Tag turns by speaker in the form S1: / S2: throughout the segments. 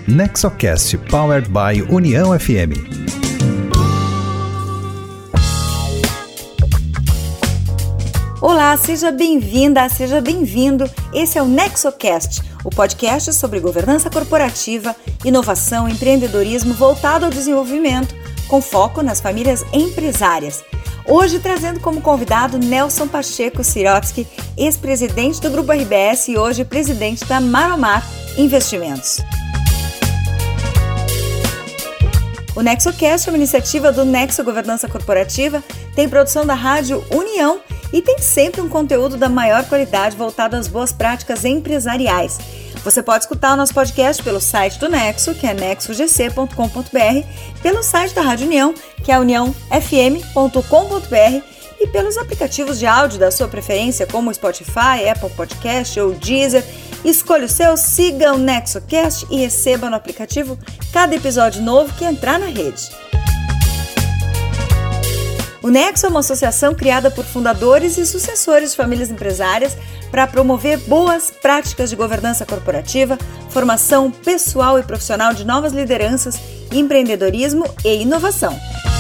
S1: Nexocast Powered by União FM.
S2: Olá, seja bem-vinda, seja bem-vindo. Esse é o Nexocast, o podcast sobre governança corporativa, inovação e empreendedorismo voltado ao desenvolvimento, com foco nas famílias empresárias. Hoje trazendo como convidado Nelson Pacheco Sirotsky, ex-presidente do Grupo RBS e hoje presidente da Maromar Investimentos. O Nexocast é uma iniciativa do Nexo Governança Corporativa, tem produção da Rádio União e tem sempre um conteúdo da maior qualidade voltado às boas práticas empresariais. Você pode escutar o nosso podcast pelo site do Nexo, que é nexogc.com.br, pelo site da Rádio União, que é uniãofm.com.br, e pelos aplicativos de áudio da sua preferência, como o Spotify, Apple Podcast ou Deezer. Escolha o seu, siga o NexoCast e receba no aplicativo cada episódio novo que entrar na rede. O Nexo é uma associação criada por fundadores e sucessores de famílias empresárias para promover boas práticas de governança corporativa, formação pessoal e profissional de novas lideranças, empreendedorismo e inovação.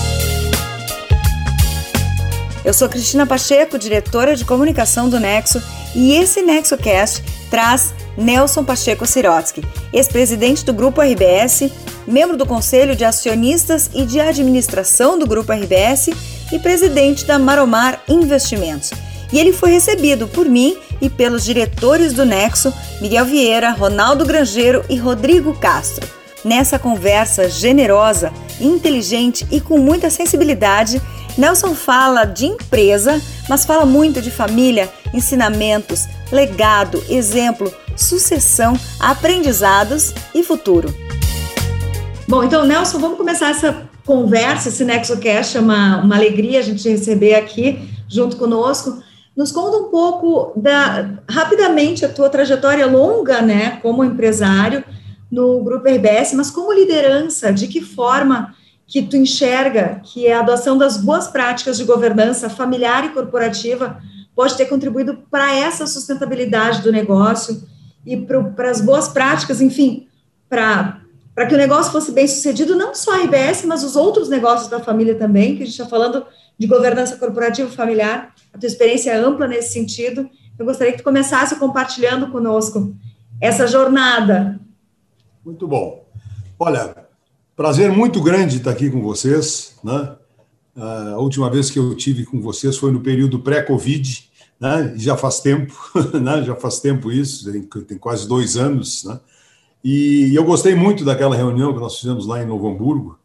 S2: Eu sou Cristina Pacheco, diretora de comunicação do Nexo, e esse NexoCast traz Nelson Pacheco Sirotsky, ex-presidente do Grupo RBS, membro do Conselho de Acionistas e de Administração do Grupo RBS e presidente da Maromar Investimentos. E ele foi recebido por mim e pelos diretores do Nexo, Miguel Vieira, Ronaldo Grangeiro e Rodrigo Castro. Nessa conversa generosa, inteligente e com muita sensibilidade, Nelson fala de empresa, mas fala muito de família, ensinamentos, legado, exemplo, sucessão, aprendizados e futuro. Bom, então, Nelson, vamos começar essa conversa, esse NexoCast, é uma alegria a gente receber aqui junto conosco. Nos conta um pouco, rapidamente, a tua trajetória longa, né, como empresário no Grupo RBS, mas como liderança, de que forma que tu enxerga que a adoção das boas práticas de governança familiar e corporativa pode ter contribuído para essa sustentabilidade do negócio e para as boas práticas, enfim, para que o negócio fosse bem sucedido, não só a RBS, mas os outros negócios da família também, que a gente está falando de governança corporativa familiar, a tua experiência é ampla nesse sentido. Eu gostaria que tu começasse compartilhando conosco essa jornada.
S3: Muito bom. Olha, prazer muito grande estar aqui com vocês, né? A última vez que eu tive com vocês foi no período pré-Covid, né? Já faz tempo, né? Já faz tempo isso, tem quase 2 anos, né? E eu gostei muito daquela reunião que nós fizemos lá em Novo Hamburgo,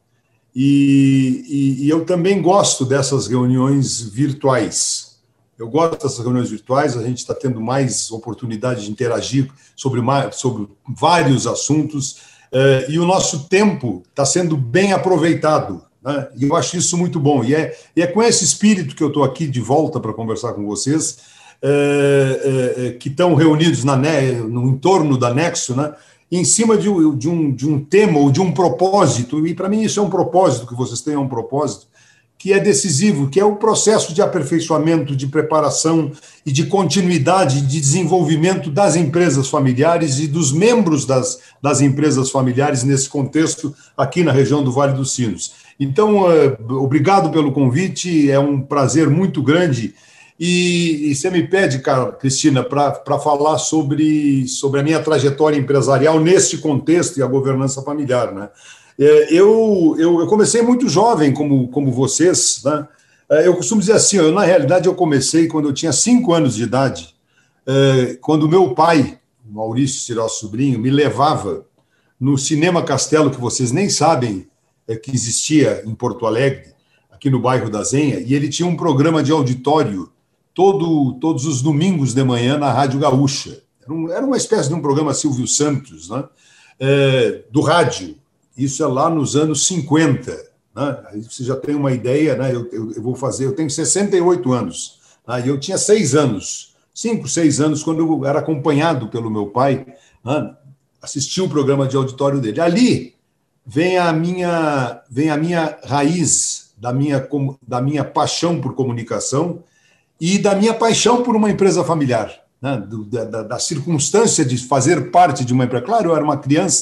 S3: e eu também gosto dessas reuniões virtuais. Eu gosto dessas reuniões virtuais, a gente está tendo mais oportunidade de interagir sobre vários assuntos, e o nosso tempo está sendo bem aproveitado, né? E eu acho isso muito bom. E é com esse espírito que eu estou aqui de volta para conversar com vocês, que estão reunidos no entorno da Nexo, né? Em cima de um tema ou de um propósito, e para mim isso é um propósito, que vocês tenham um propósito, que é decisivo, que é o processo de aperfeiçoamento, de preparação e de continuidade de desenvolvimento das empresas familiares e dos membros das empresas familiares nesse contexto aqui na região do Vale dos Sinos. Então, obrigado pelo convite, é um prazer muito grande. E você me pede, cara, Cristina, para falar sobre a minha trajetória empresarial nesse contexto e a governança familiar, né? Eu comecei muito jovem, como vocês, né? Eu costumo dizer assim, na realidade eu comecei quando eu tinha 5 anos de idade, quando meu pai, Maurício Cirós Sobrinho, me levava no Cinema Castelo, que vocês nem sabem que existia em Porto Alegre, aqui no bairro da Zenha, e ele tinha um programa de auditório todos os domingos de manhã na Rádio Gaúcha. Era uma espécie de um programa Silvio Santos, né? Do rádio. Isso é lá nos anos 50. Né? Aí você já tem uma ideia, né? Eu tenho 68 anos, né? E eu tinha 6 anos, 5, 6 anos, quando eu era acompanhado pelo meu pai, né? Assisti o programa de auditório dele. Ali vem a minha raiz da minha paixão por comunicação e da minha paixão por uma empresa familiar, né? Da circunstância de fazer parte de uma empresa. Claro, eu era uma criança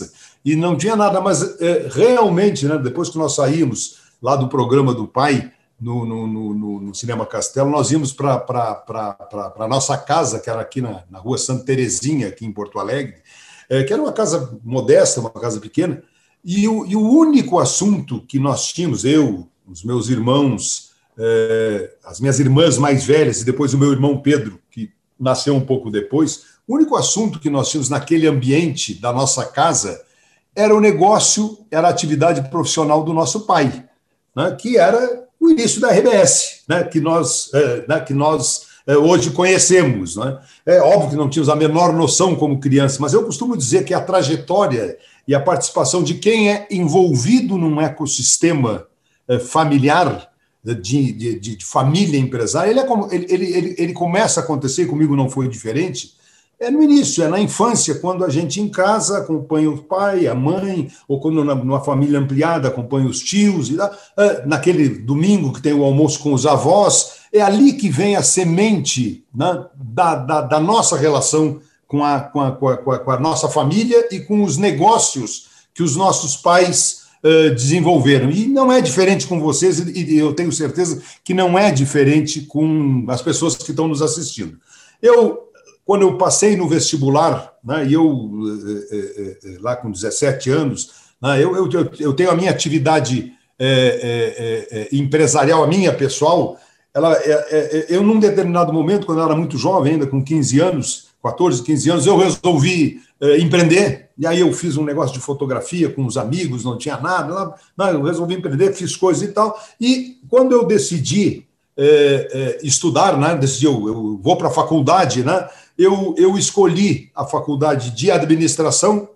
S3: e não tinha nada, mas realmente, né, depois que nós saímos lá do programa do pai, no Cinema Castelo, nós íamos para a nossa casa, que era aqui na rua Santa Terezinha, aqui em Porto Alegre, que era uma casa modesta, uma casa pequena, e o único assunto que nós tínhamos, eu, os meus irmãos, as minhas irmãs mais velhas, e depois o meu irmão Pedro, que nasceu um pouco depois, o único assunto que nós tínhamos naquele ambiente da nossa casa era o negócio, era a atividade profissional do nosso pai, né, que era o início da RBS, né, que nós hoje conhecemos. Né? É óbvio que não tínhamos a menor noção como criança, mas eu costumo dizer que a trajetória e a participação de quem é envolvido num ecossistema familiar, de família empresária, ele começa a acontecer, e comigo não foi diferente, no início, na infância, quando a gente em casa acompanha o pai, a mãe, ou quando numa família ampliada acompanha os tios, naquele domingo que tem o almoço com os avós, é ali que vem a semente, né, da nossa relação com a nossa família e com os negócios que os nossos pais desenvolveram. E não é diferente com vocês, e eu tenho certeza que não é diferente com as pessoas que estão nos assistindo. Quando eu passei no vestibular, né, e lá com 17 anos, né, eu tenho a minha atividade empresarial, a minha pessoal, eu num determinado momento, quando eu era muito jovem, ainda com 15 anos, 14, 15 anos, eu resolvi empreender, e aí eu fiz um negócio de fotografia com os amigos, não tinha nada, eu resolvi empreender, fiz coisas e tal, e quando eu decidi estudar, né, eu vou para a faculdade, né, eu escolhi a faculdade de administração,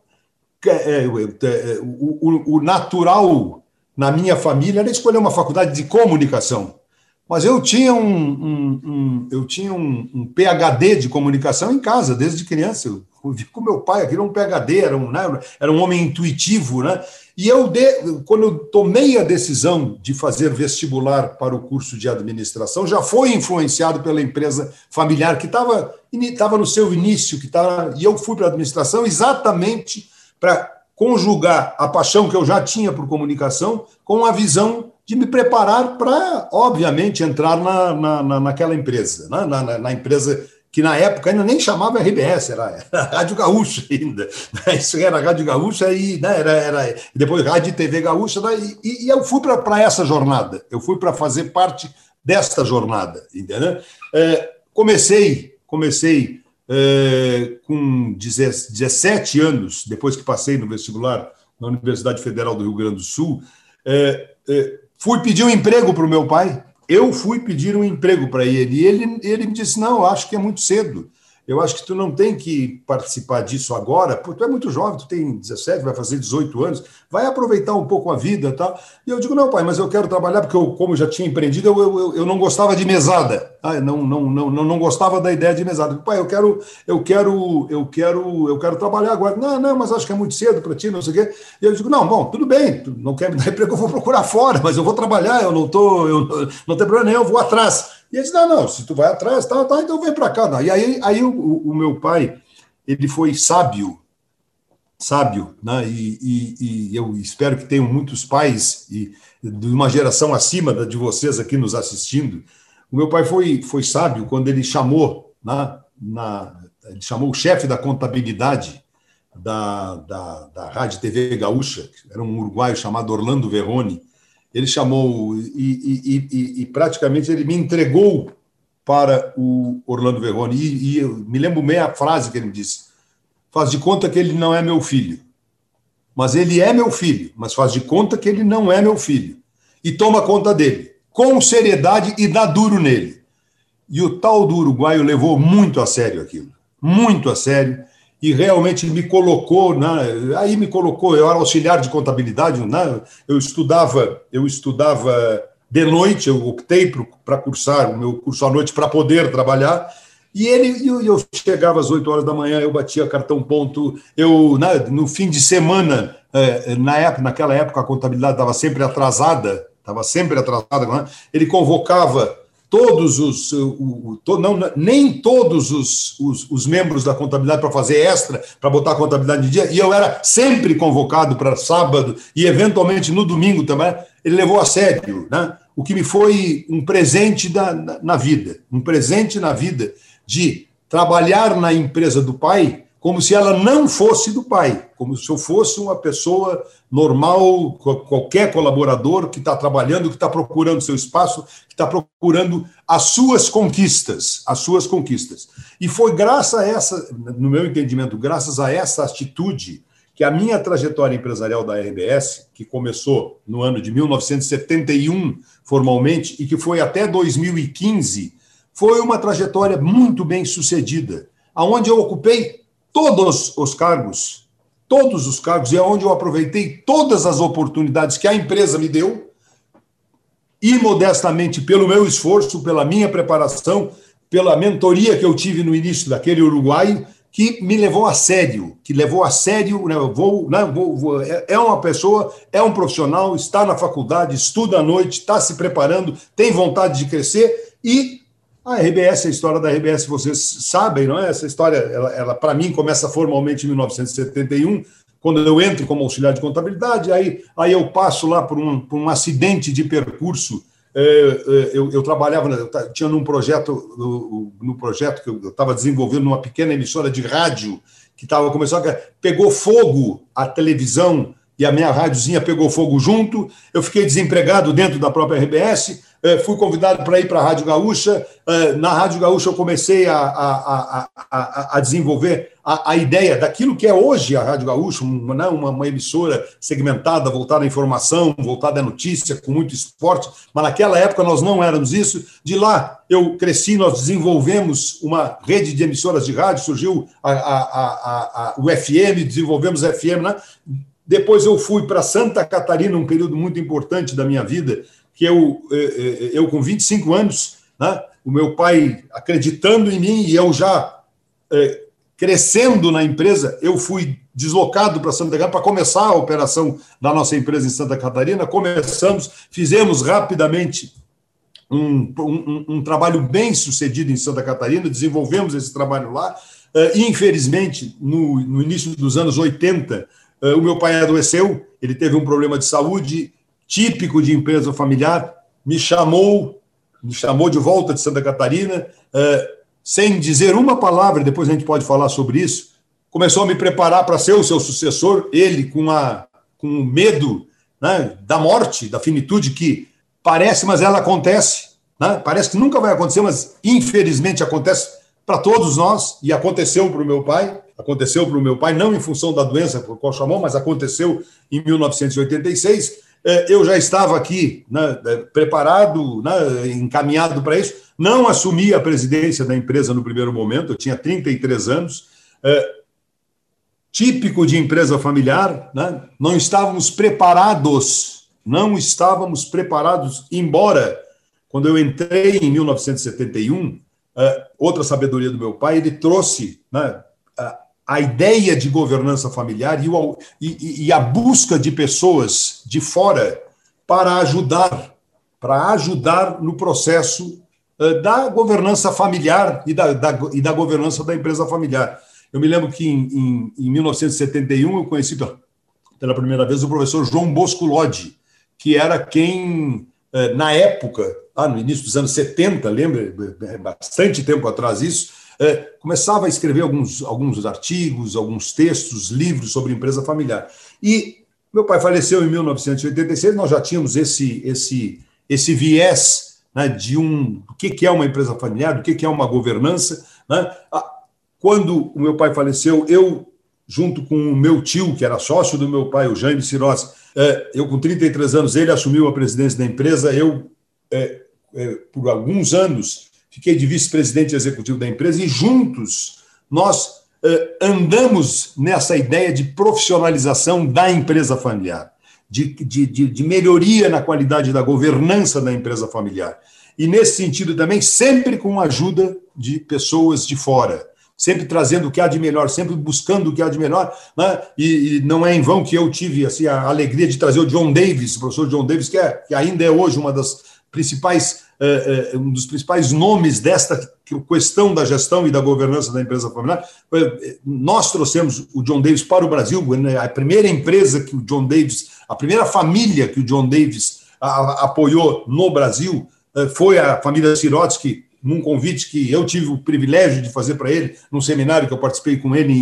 S3: o natural na minha família era escolher uma faculdade de comunicação, mas eu tinha um PhD de comunicação em casa, desde criança. Eu vi com meu pai, aquilo era um PhD, era um homem intuitivo, né? E quando eu tomei a decisão de fazer vestibular para o curso de administração, já foi influenciado pela empresa familiar, que estava no seu início, e eu fui para a administração exatamente para conjugar a paixão que eu já tinha por comunicação com a visão de me preparar para, obviamente, entrar naquela empresa, né? na empresa que na época ainda nem chamava RBS, era Rádio Gaúcha ainda. Isso era Rádio Gaúcha e, né, era depois Rádio e TV Gaúcha, né, e eu fui para essa jornada, eu fui para fazer parte desta jornada, entendeu? Comecei com 17 anos, depois que passei no vestibular na Universidade Federal do Rio Grande do Sul, fui pedir um emprego para o meu pai. Eu fui pedir um emprego para ele, e ele me disse, não, eu acho que é muito cedo, eu acho que tu não tem que participar disso agora, porque tu é muito jovem, tu tem 17, vai fazer 18 anos, vai aproveitar um pouco a vida e tal. E eu digo, não, pai, mas eu quero trabalhar, porque como eu já tinha empreendido, eu não gostava de mesada, não gostava da ideia de mesada. Pai, eu quero trabalhar agora. Não, mas acho que é muito cedo para ti, não sei o quê. E eu digo, não, bom, tudo bem, tu não quer me dar emprego, eu vou procurar fora, mas eu vou trabalhar, eu não tem problema nenhum, eu vou atrás. E ele disse, não, se tu vai atrás, tá, então vem para cá. Não. E aí o meu pai, ele foi sábio, né? E eu espero que tenham muitos pais e de uma geração acima de vocês aqui nos assistindo. O meu pai foi sábio quando ele chamou, ele chamou o chefe da contabilidade da Rádio TV Gaúcha, que era um uruguaio chamado Orlando Verrone. Ele chamou e praticamente ele me entregou para o Orlando Verrone. E eu me lembro bem a frase que ele me disse: faz de conta que ele não é meu filho. Mas ele é meu filho, mas faz de conta que ele não é meu filho. E toma conta dele, com seriedade, e dá duro nele. E o tal do uruguaio levou muito a sério aquilo. Muito a sério. E realmente me colocou, né? Aí me colocou, eu era auxiliar de contabilidade, né? Eu estudava de noite, eu optei para cursar o meu curso à noite para poder trabalhar, e eu chegava às 8 horas da manhã, eu batia cartão ponto, no fim de semana, naquela época a contabilidade estava sempre atrasada, né? Ele convocava nem todos os membros da contabilidade para fazer extra, para botar a contabilidade em dia, e eu era sempre convocado para sábado e, eventualmente, no domingo também. Ele levou a sério, né? O que me foi um presente na vida, de trabalhar na empresa do pai como se ela não fosse do pai, como se eu fosse uma pessoa normal, qualquer colaborador que está trabalhando, que está procurando seu espaço, que está procurando as suas conquistas. E foi graças a essa, no meu entendimento, graças a essa atitude, que a minha trajetória empresarial da RBS, que começou no ano de 1971, formalmente, e que foi até 2015, foi uma trajetória muito bem sucedida, onde eu ocupei todos os cargos, e onde eu aproveitei todas as oportunidades que a empresa me deu, e modestamente pelo meu esforço, pela minha preparação, pela mentoria que eu tive no início daquele uruguaio, que me levou a sério, né, é uma pessoa, é um profissional, está na faculdade, estuda à noite, está se preparando, tem vontade de crescer. E a RBS, a história da RBS, vocês sabem, não é? Essa história, ela para mim, começa formalmente em 1971, quando eu entro como auxiliar de contabilidade, aí eu passo lá por um acidente de percurso. Eu trabalhava, tinha no projeto que eu estava desenvolvendo numa pequena emissora de rádio, que estava começando, pegou fogo a televisão, e a minha rádiozinha pegou fogo junto, eu fiquei desempregado dentro da própria RBS, fui convidado para ir para a Rádio Gaúcha. Na Rádio Gaúcha eu comecei a desenvolver a ideia daquilo que é hoje a Rádio Gaúcha, uma emissora segmentada, voltada à informação, voltada à notícia, com muito esporte, mas naquela época nós não éramos isso. De lá eu cresci, nós desenvolvemos uma rede de emissoras de rádio, surgiu o FM, desenvolvemos o FM, né? Depois eu fui para Santa Catarina, um período muito importante da minha vida, que eu com 25 anos, né, o meu pai acreditando em mim e eu já crescendo na empresa, eu fui deslocado para Santa Catarina para começar a operação da nossa empresa em Santa Catarina. Fizemos rapidamente um trabalho bem sucedido em Santa Catarina, desenvolvemos esse trabalho lá. Infelizmente, no início dos anos 80, o meu pai adoeceu, ele teve um problema de saúde típico de empresa familiar, me chamou de volta de Santa Catarina, sem dizer uma palavra, depois a gente pode falar sobre isso, começou a me preparar para ser o seu sucessor, ele com medo, né, da morte, da finitude, que parece, mas ela acontece, né? Parece que nunca vai acontecer, mas infelizmente acontece para todos nós, e aconteceu para o meu pai, não em função da doença por qual chamou, mas aconteceu em 1986. Eu já estava aqui, né, preparado, né, encaminhado para isso, não assumi a presidência da empresa no primeiro momento, eu tinha 33 anos, típico de empresa familiar, né, não estávamos preparados, embora, quando eu entrei em 1971, outra sabedoria do meu pai, ele trouxe, né, a ideia de governança familiar e a busca de pessoas de fora para ajudar no processo da governança familiar e da governança da empresa familiar. Eu me lembro que em 1971 eu conheci pela primeira vez o professor João Bosco Lodge, que era quem, na época, no início dos anos 70, lembra, bastante tempo atrás isso, começava a escrever alguns artigos, alguns textos, livros sobre empresa familiar. E meu pai faleceu em 1986, nós já tínhamos esse viés, né, do que é uma empresa familiar, do que é uma governança, né? Quando o meu pai faleceu, eu, junto com o meu tio, que era sócio do meu pai, o Jaime Cirossi, eu com 33 anos, ele assumiu a presidência da empresa, eu, por alguns anos, fiquei de vice-presidente executivo da empresa e juntos nós andamos nessa ideia de profissionalização da empresa familiar, de melhoria na qualidade da governança da empresa familiar. E nesse sentido também, sempre com a ajuda de pessoas de fora, sempre trazendo o que há de melhor, sempre buscando o que há de melhor, né? E não é em vão que eu tive assim, a alegria de trazer o John Davis, o professor John Davis, que ainda é hoje uma das um dos principais nomes desta questão da gestão e da governança da empresa familiar. Nós trouxemos o John Davis para o Brasil, a primeira empresa que o John Davis, a primeira família que o John Davis apoiou no Brasil foi a família Sirotsky, num convite que eu tive o privilégio de fazer para ele, num seminário que eu participei com ele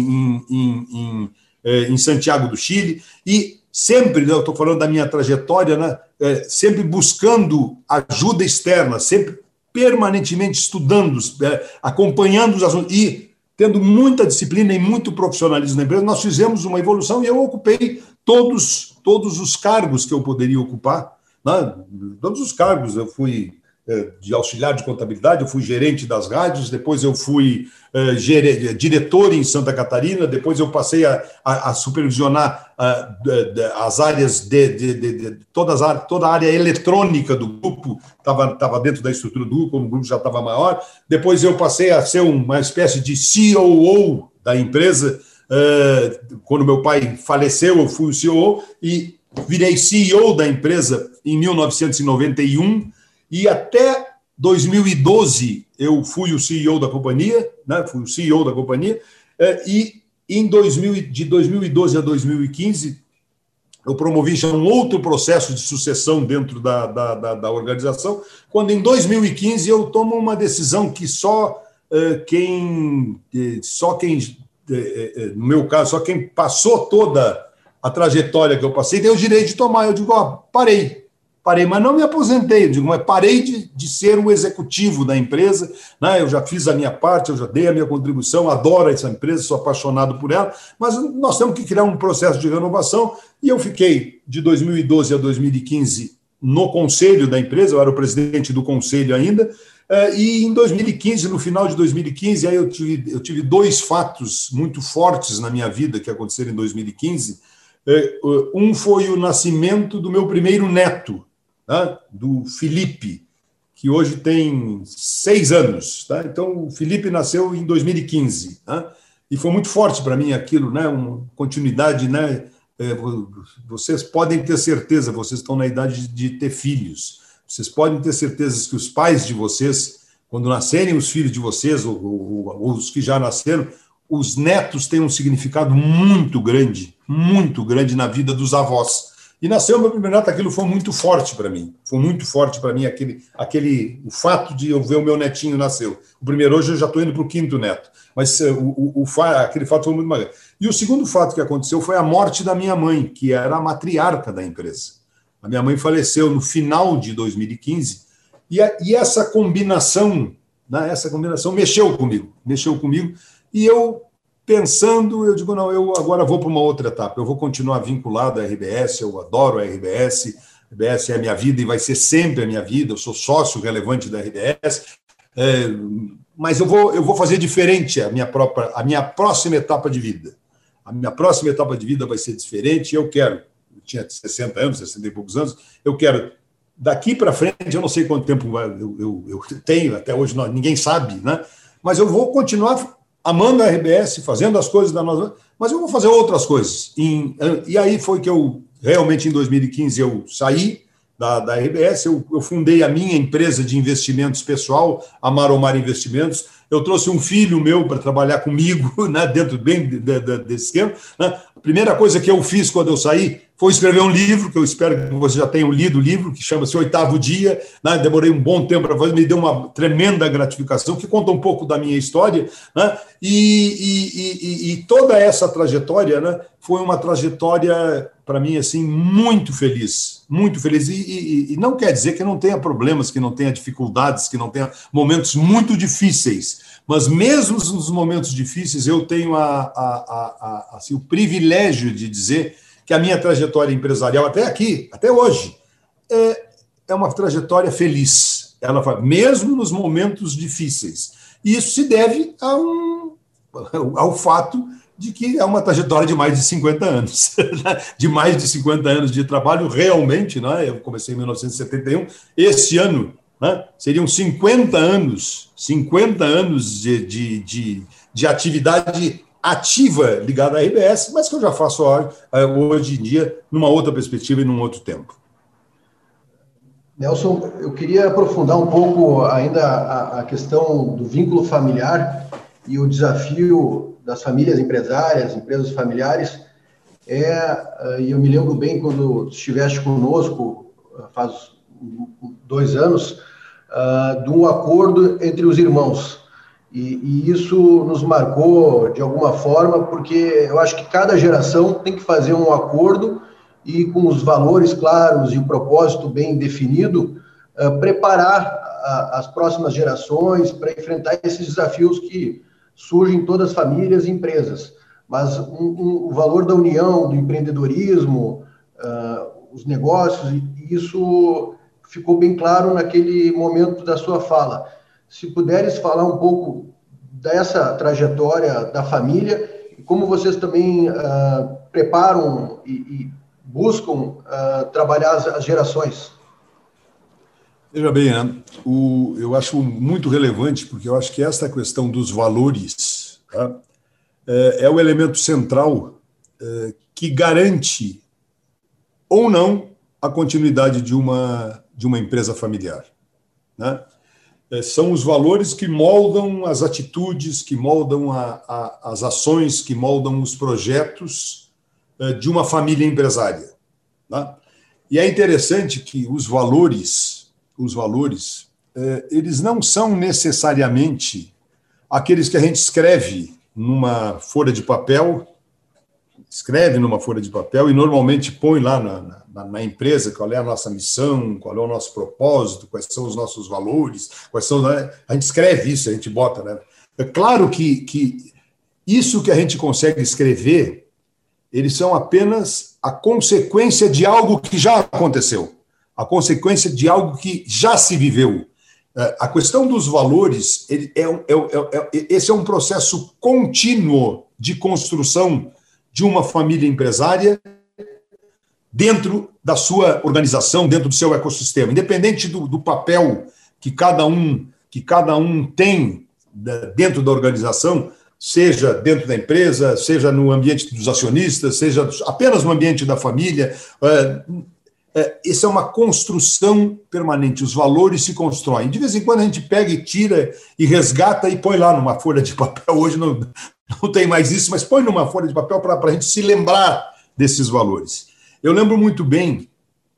S3: em Santiago do Chile, e sempre, eu estou falando da minha trajetória, né, sempre buscando ajuda externa, sempre permanentemente estudando, acompanhando os assuntos e tendo muita disciplina e muito profissionalismo na empresa. Nós fizemos uma evolução e eu ocupei todos os cargos que eu poderia ocupar, né? Todos os cargos. Eu fui de auxiliar de contabilidade, eu fui gerente das rádios, depois eu fui diretor em Santa Catarina, depois eu passei a supervisionar as áreas toda a área eletrônica do grupo, estava dentro da estrutura do grupo, como o grupo já estava maior, depois eu passei a ser uma espécie de COO da empresa, quando meu pai faleceu, eu fui o COO e virei CEO da empresa em 1991, e até 2012 eu fui o CEO da companhia, né? Fui o CEO da companhia, e de 2012 a 2015 eu promovi já um outro processo de sucessão dentro da organização, quando em 2015 eu tomo uma decisão que só quem, no meu caso, só quem passou toda a trajetória que eu passei tem o direito de tomar. Eu digo, parei, mas não me aposentei, eu digo, mas parei de ser o executivo da empresa, né? Eu já fiz a minha parte, eu já dei a minha contribuição, adoro essa empresa, sou apaixonado por ela, mas nós temos que criar um processo de renovação, e eu fiquei de 2012 a 2015 no conselho da empresa, eu era o presidente do conselho ainda, e em 2015, no final de 2015, aí eu tive dois fatos muito fortes na minha vida que aconteceram em 2015. Um foi o nascimento do meu primeiro neto, tá? Do Felipe, que hoje tem 6 anos. Tá? Então, o Felipe nasceu em 2015. Tá? E foi muito forte para mim aquilo, né? Uma continuidade. Né? Vocês podem ter certeza, vocês estão na idade de ter filhos, vocês podem ter certeza que os pais de vocês, quando nascerem os filhos de vocês, ou os que já nasceram, os netos têm um significado muito grande na vida dos avós. E nasceu meu primeiro neto, aquilo foi muito forte para mim. Foi muito forte para mim o fato de eu ver o meu netinho nasceu. O primeiro, hoje eu já estou indo para o 5º neto, mas aquele fato foi muito marcante. E o segundo fato que aconteceu foi a morte da minha mãe, que era a matriarca da empresa. A minha mãe faleceu no final de 2015, e essa combinação, né, mexeu comigo, e eu, pensando, eu digo, não, eu agora vou para uma outra etapa, eu vou continuar vinculado à RBS, eu adoro a RBS é a minha vida e vai ser sempre a minha vida, eu sou sócio relevante da RBS, mas eu vou fazer diferente a minha próxima etapa de vida. A minha próxima etapa de vida vai ser diferente, e eu tinha 60 anos, 60 e poucos anos, eu quero, daqui para frente, eu não sei quanto tempo eu tenho, até hoje ninguém sabe, né? Mas eu vou continuar amando a RBS, fazendo as coisas da nossa, mas eu vou fazer outras coisas. E aí foi que eu, realmente, em 2015, eu saí da RBS, eu fundei a minha empresa de investimentos pessoal, a Maromar Investimentos. Eu trouxe um filho meu para trabalhar comigo, né, dentro bem desse esquema. Né? A primeira coisa que eu fiz quando eu saí foi escrever um livro, que eu espero que você já tenha lido o livro, que chama-se 8º Dia. Né? Demorei um bom tempo para fazer, me deu uma tremenda gratificação, que conta um pouco da minha história. Né? E toda essa trajetória, né, foi uma trajetória, para mim, assim, muito feliz. Muito feliz. E não quer dizer que não tenha problemas, que não tenha dificuldades, que não tenha momentos muito difíceis. Mas mesmo nos momentos difíceis, eu tenho assim, o privilégio de dizer que a minha trajetória empresarial, até aqui, até hoje, é uma trajetória feliz. Ela mesmo nos momentos difíceis. E isso se deve ao fato de que é uma trajetória de mais de 50 anos. De mais de 50 anos de trabalho, realmente, né? Eu comecei em 1971, esse ano, né, seriam 50 anos de atividade ativa ligada à RBS, mas que eu já faço hoje em dia numa outra perspectiva e num outro tempo.
S4: Nelson, eu queria aprofundar um pouco ainda a questão do vínculo familiar e o desafio das famílias empresárias, empresas familiares. E eu me lembro bem quando estiveste conosco, faz 2 anos, de um acordo entre os irmãos. E isso nos marcou de alguma forma, porque eu acho que cada geração tem que fazer um acordo e com os valores claros e o propósito bem definido, preparar as próximas gerações para enfrentar esses desafios que surgem em todas as famílias e empresas. Mas o valor da união, do empreendedorismo, os negócios, e isso ficou bem claro naquele momento da sua fala. Se puderes falar um pouco dessa trajetória da família e como vocês também preparam e buscam trabalhar as gerações.
S3: Veja bem, né? Eu acho muito relevante, porque eu acho que esta questão dos valores, tá, é o elemento central que garante ou não a continuidade de uma empresa familiar, né? São os valores que moldam as atitudes, que moldam as ações, que moldam os projetos de uma família empresária, tá? E é interessante que os valores, eles não são necessariamente aqueles que a gente escreve numa folha de papel, e normalmente põe lá na empresa qual é a nossa missão, qual é o nosso propósito, quais são os nossos valores, a gente escreve isso, a gente bota, né? É claro que isso que a gente consegue escrever, eles são apenas a consequência de algo que já aconteceu, a consequência de algo que já se viveu. A questão dos valores, esse é um processo contínuo de construção de uma família empresária dentro da sua organização, dentro do seu ecossistema, independente do papel que cada um tem dentro da organização, seja dentro da empresa, seja no ambiente dos acionistas, seja apenas no ambiente da família. Isso é uma construção permanente, os valores se constroem. De vez em quando a gente pega e tira e resgata e põe lá numa folha de papel. Hoje não tem mais isso, mas põe numa folha de papel para a gente se lembrar desses valores. Eu lembro muito bem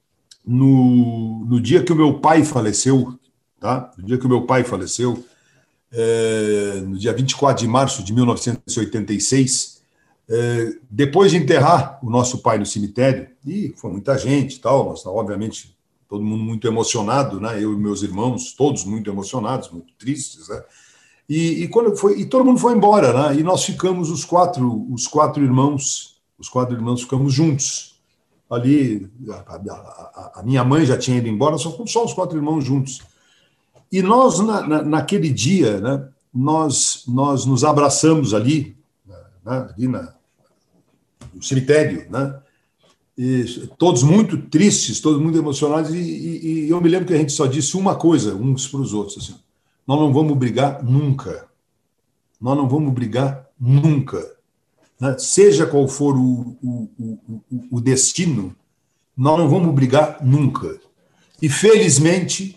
S3: no dia que o meu pai faleceu, tá? No dia que o meu pai faleceu, no dia 24 de março de 1986, depois de enterrar o nosso pai no cemitério, e foi muita gente e tal, nós, obviamente, todo mundo muito emocionado, né? Eu e meus irmãos, todos muito emocionados, muito tristes, né? E todo mundo foi embora, né? E nós ficamos os quatro irmãos ficamos juntos. Ali, a minha mãe já tinha ido embora, só os 4 irmãos juntos. E nós, naquele dia, né, nós nos abraçamos ali, né, no cemitério, né, e todos muito tristes, todos muito emocionados, e eu me lembro que a gente só disse uma coisa uns para os outros, assim: nós não vamos brigar nunca. Nós não vamos brigar nunca. Né? Seja qual for o destino, nós não vamos brigar nunca. E felizmente,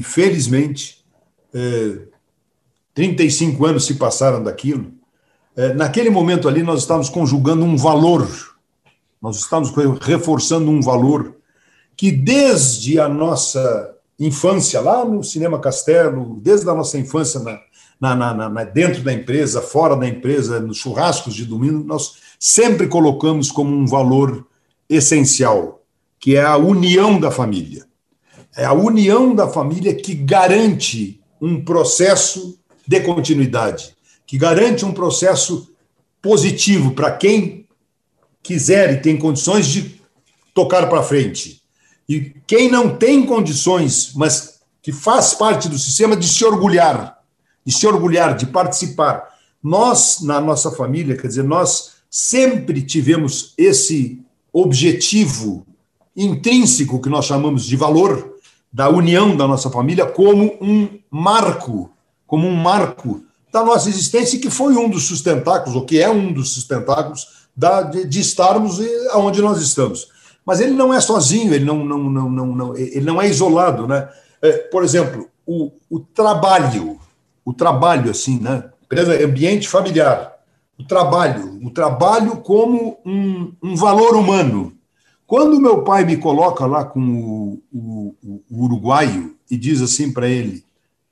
S3: 35 anos se passaram daquilo. Naquele momento ali, nós estávamos conjugando um valor, nós estávamos reforçando um valor que desde a nossa infância, lá no Cinema Castelo, desde a nossa infância dentro da empresa, fora da empresa, nos churrascos de domingo, nós sempre colocamos como um valor essencial, que é a união da família. É a união da família que garante um processo de continuidade, que garante um processo positivo para quem quiser e tem condições de tocar para frente. E quem não tem condições, mas que faz parte do sistema, de se orgulhar, de participar. Nós, na nossa família, quer dizer, nós sempre tivemos esse objetivo intrínseco que nós chamamos de valor da união da nossa família como um marco da nossa existência, que foi um dos sustentáculos, ou que é um dos sustentáculos de estarmos onde nós estamos. Mas ele não é sozinho, ele ele não é isolado, né? Por exemplo, o trabalho, assim, né? Empresa, ambiente familiar, o trabalho como um valor humano. Quando meu pai me coloca lá com o uruguaio e diz assim para ele,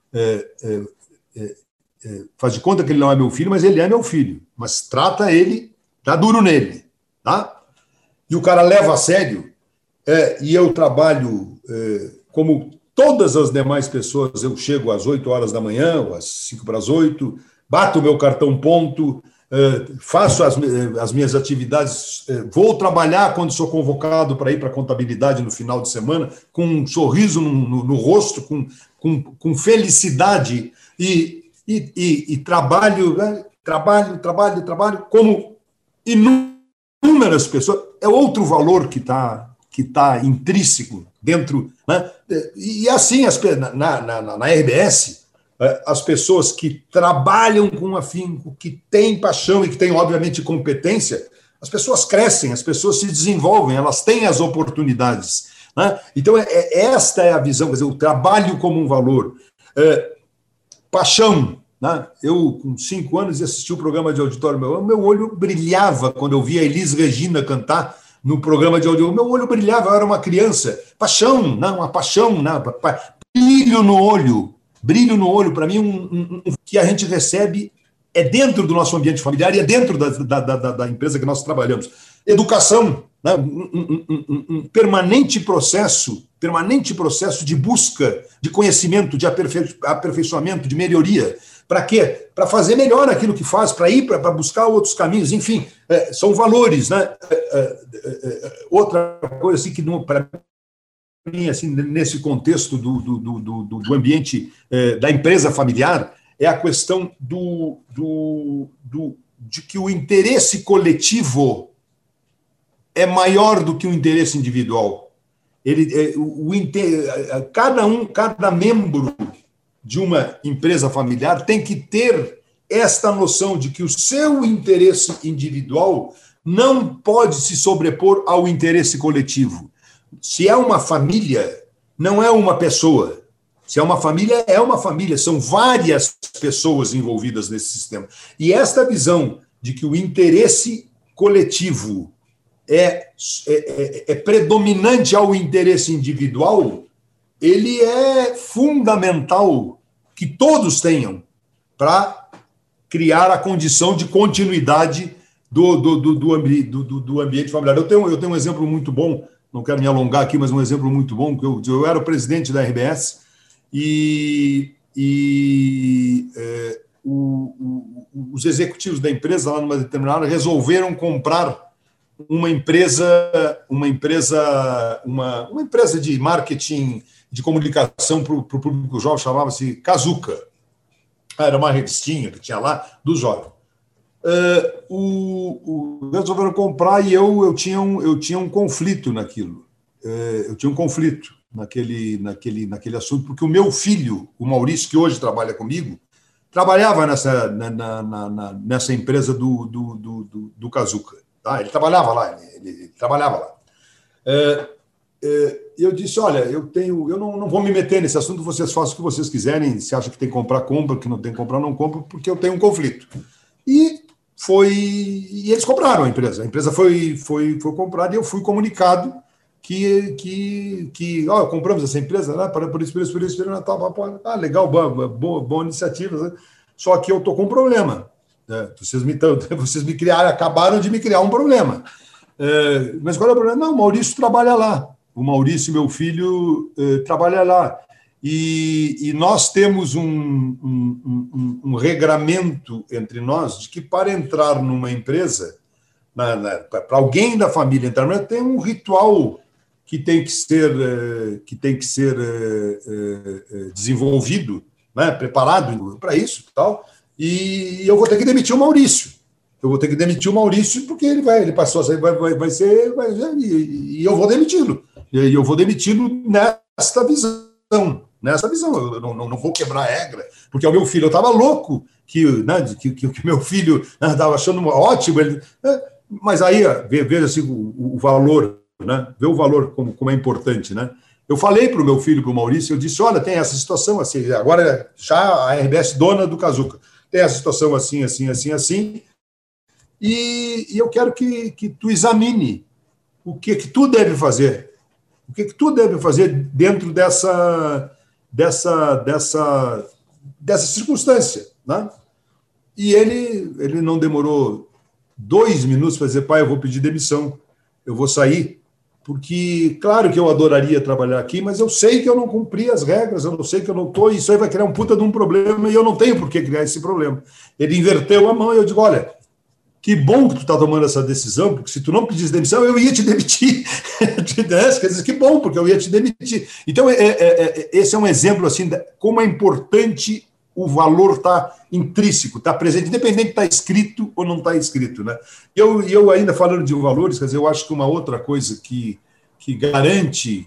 S3: faz de conta que ele não é meu filho, mas ele é meu filho, mas trata ele, dá duro nele, tá? E o cara leva a sério, e eu trabalho como todas as demais pessoas, eu chego às 8 horas da manhã, ou às 5 para as 8, bato o meu cartão ponto, faço as minhas atividades, vou trabalhar quando sou convocado para ir para a contabilidade no final de semana, com um sorriso no rosto, com felicidade, e trabalho, né? trabalho, como inúmeras pessoas. É outro valor que tá intrínseco dentro, né? E assim, na RBS, as pessoas que trabalham com afinco, que têm paixão e que têm, obviamente, competência, as pessoas crescem, as pessoas se desenvolvem, elas têm as oportunidades, né? Então, esta é a visão, quer dizer, o trabalho como um valor. Paixão, né? Eu, com 5 anos, assisti o programa de auditório, meu olho brilhava quando eu via a Elis Regina cantar no programa de auditório, meu olho brilhava, eu era uma criança. Paixão, né? Uma paixão, né? Brilho no olho, para mim, que a gente recebe é dentro do nosso ambiente familiar e é dentro da empresa que nós trabalhamos. Educação, né? Um permanente processo de busca, de conhecimento, de aperfeiçoamento, de melhoria. Para quê? Para fazer melhor aquilo que faz, para buscar outros caminhos, enfim, são valores, né? Outra coisa assim, que para mim, assim, nesse contexto do ambiente da empresa familiar, é a questão de que o interesse coletivo é maior do que o interesse individual. Cada membro de uma empresa familiar tem que ter esta noção de que o seu interesse individual não pode se sobrepor ao interesse coletivo. Se é uma família, não é uma pessoa. Se é uma família, é uma família. São várias pessoas envolvidas nesse sistema. E esta visão de que o interesse coletivo é predominante ao interesse individual, ele é fundamental que todos tenham para criar a condição de continuidade do ambiente familiar. Eu tenho um exemplo muito bom, não quero me alongar aqui, mas um exemplo muito bom, que eu era o presidente da RBS e os executivos da empresa, lá numa determinada hora, resolveram comprar uma empresa de marketing, de comunicação para o público jovem, chamava-se Kazuca. Era uma revistinha que tinha lá, do jovem. Resolveram comprar e eu tinha um conflito naquilo. Eu tinha um conflito naquele assunto, porque o meu filho, o Maurício, que hoje trabalha comigo, trabalhava nessa empresa do Kazuca. Tá? Ele trabalhava lá. Eu disse, olha, eu não vou me meter nesse assunto, vocês façam o que vocês quiserem, se acha que tem que comprar, compra, que não tem que comprar, não compra, porque eu tenho um conflito. E eles compraram a empresa foi comprada e eu fui comunicado que compramos essa empresa, né, por isso, legal, boa iniciativa, né? Só que eu estou com um problema. Vocês me criaram, acabaram de me criar um problema. Mas qual é o problema? Não, o Maurício trabalha lá. O Maurício, meu filho, trabalha lá. E nós temos um regramento entre nós de que para entrar numa empresa, para alguém da família entrar, tem um ritual que tem que ser desenvolvido, né, preparado para isso e tal. E eu vou ter que demitir o Maurício. Porque ele passou a sair, e eu vou demiti-lo. E eu vou demiti-lo nesta visão. Eu não vou quebrar a regra, porque o meu filho, eu estava louco que meu filho estava achando ótimo. Mas aí, veja assim, o valor, né? Ver o valor como é importante, né? Eu falei para o meu filho, para o Maurício, eu disse, olha, tem essa situação assim, agora já a RBS dona do Cazuca, tem essa situação assim, assim, assim, assim, e eu quero que tu examine o que tu deve fazer, o que tu deve fazer dentro dessa circunstância, né? E ele não demorou 2 minutos para dizer, pai, eu vou pedir demissão, eu vou sair, porque, claro que eu adoraria trabalhar aqui, mas eu sei que eu não cumpri as regras, eu não sei que eu não estou, e isso aí vai criar um puta de um problema, e eu não tenho por que criar esse problema. Ele inverteu a mão e eu digo, olha, que bom que tu está tomando essa decisão, porque se tu não pedisse demissão, eu ia te demitir. Quer dizer, que bom, porque eu ia te demitir. Então, esse é um exemplo assim, de como é importante o valor estar intrínseco, estar presente, independente de estar escrito ou não estar escrito, né? E eu ainda falando de valores, quer dizer, eu acho que uma outra coisa que garante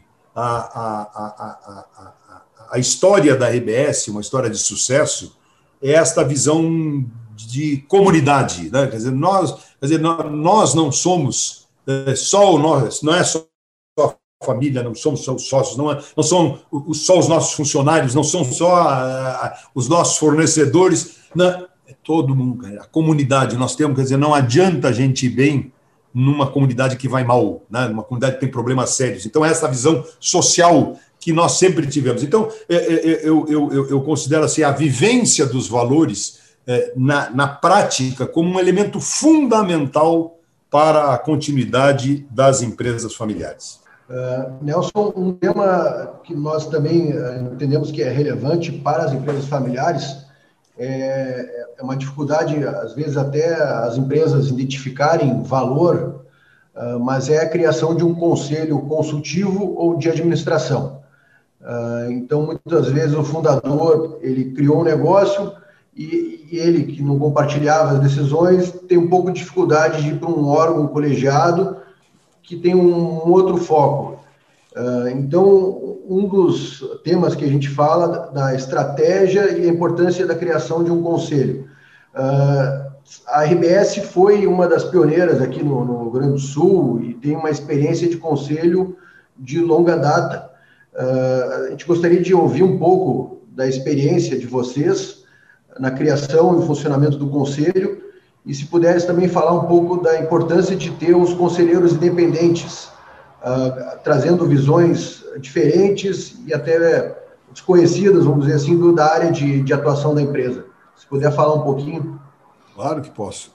S3: a história da RBS, uma história de sucesso, é esta visão de comunidade, né? Quer dizer, nós não somos só o nós, não é só a família, não somos só os sócios, não são só os nossos funcionários, não são só os nossos fornecedores, não, é todo mundo, a comunidade nós temos, quer dizer, não adianta a gente ir bem numa comunidade que vai mal, né? Numa comunidade que tem problemas sérios. Então, essa visão social que nós sempre tivemos. Então, eu considero assim, a vivência dos valores na prática como um elemento fundamental para a continuidade das empresas familiares.
S4: Nelson, um tema que nós também entendemos que é relevante para as empresas familiares é uma dificuldade, às vezes, até as empresas identificarem valor, mas é a criação de um conselho consultivo ou de administração. Então, muitas vezes, o fundador ele criou um negócio e ele, que não compartilhava as decisões, tem um pouco de dificuldade de ir para um órgão colegiado que tem um outro foco. Então, um dos temas que a gente fala da estratégia e a importância da criação de um conselho. A RBS foi uma das pioneiras aqui no Rio Grande do Sul e tem uma experiência de conselho de longa data. A gente gostaria de ouvir um pouco da experiência de vocês na criação e funcionamento do conselho, e se puderes também falar um pouco da importância de ter os conselheiros independentes, trazendo visões diferentes e até desconhecidas, vamos dizer assim, da área de atuação da empresa. Se puder falar um pouquinho.
S3: Claro que posso.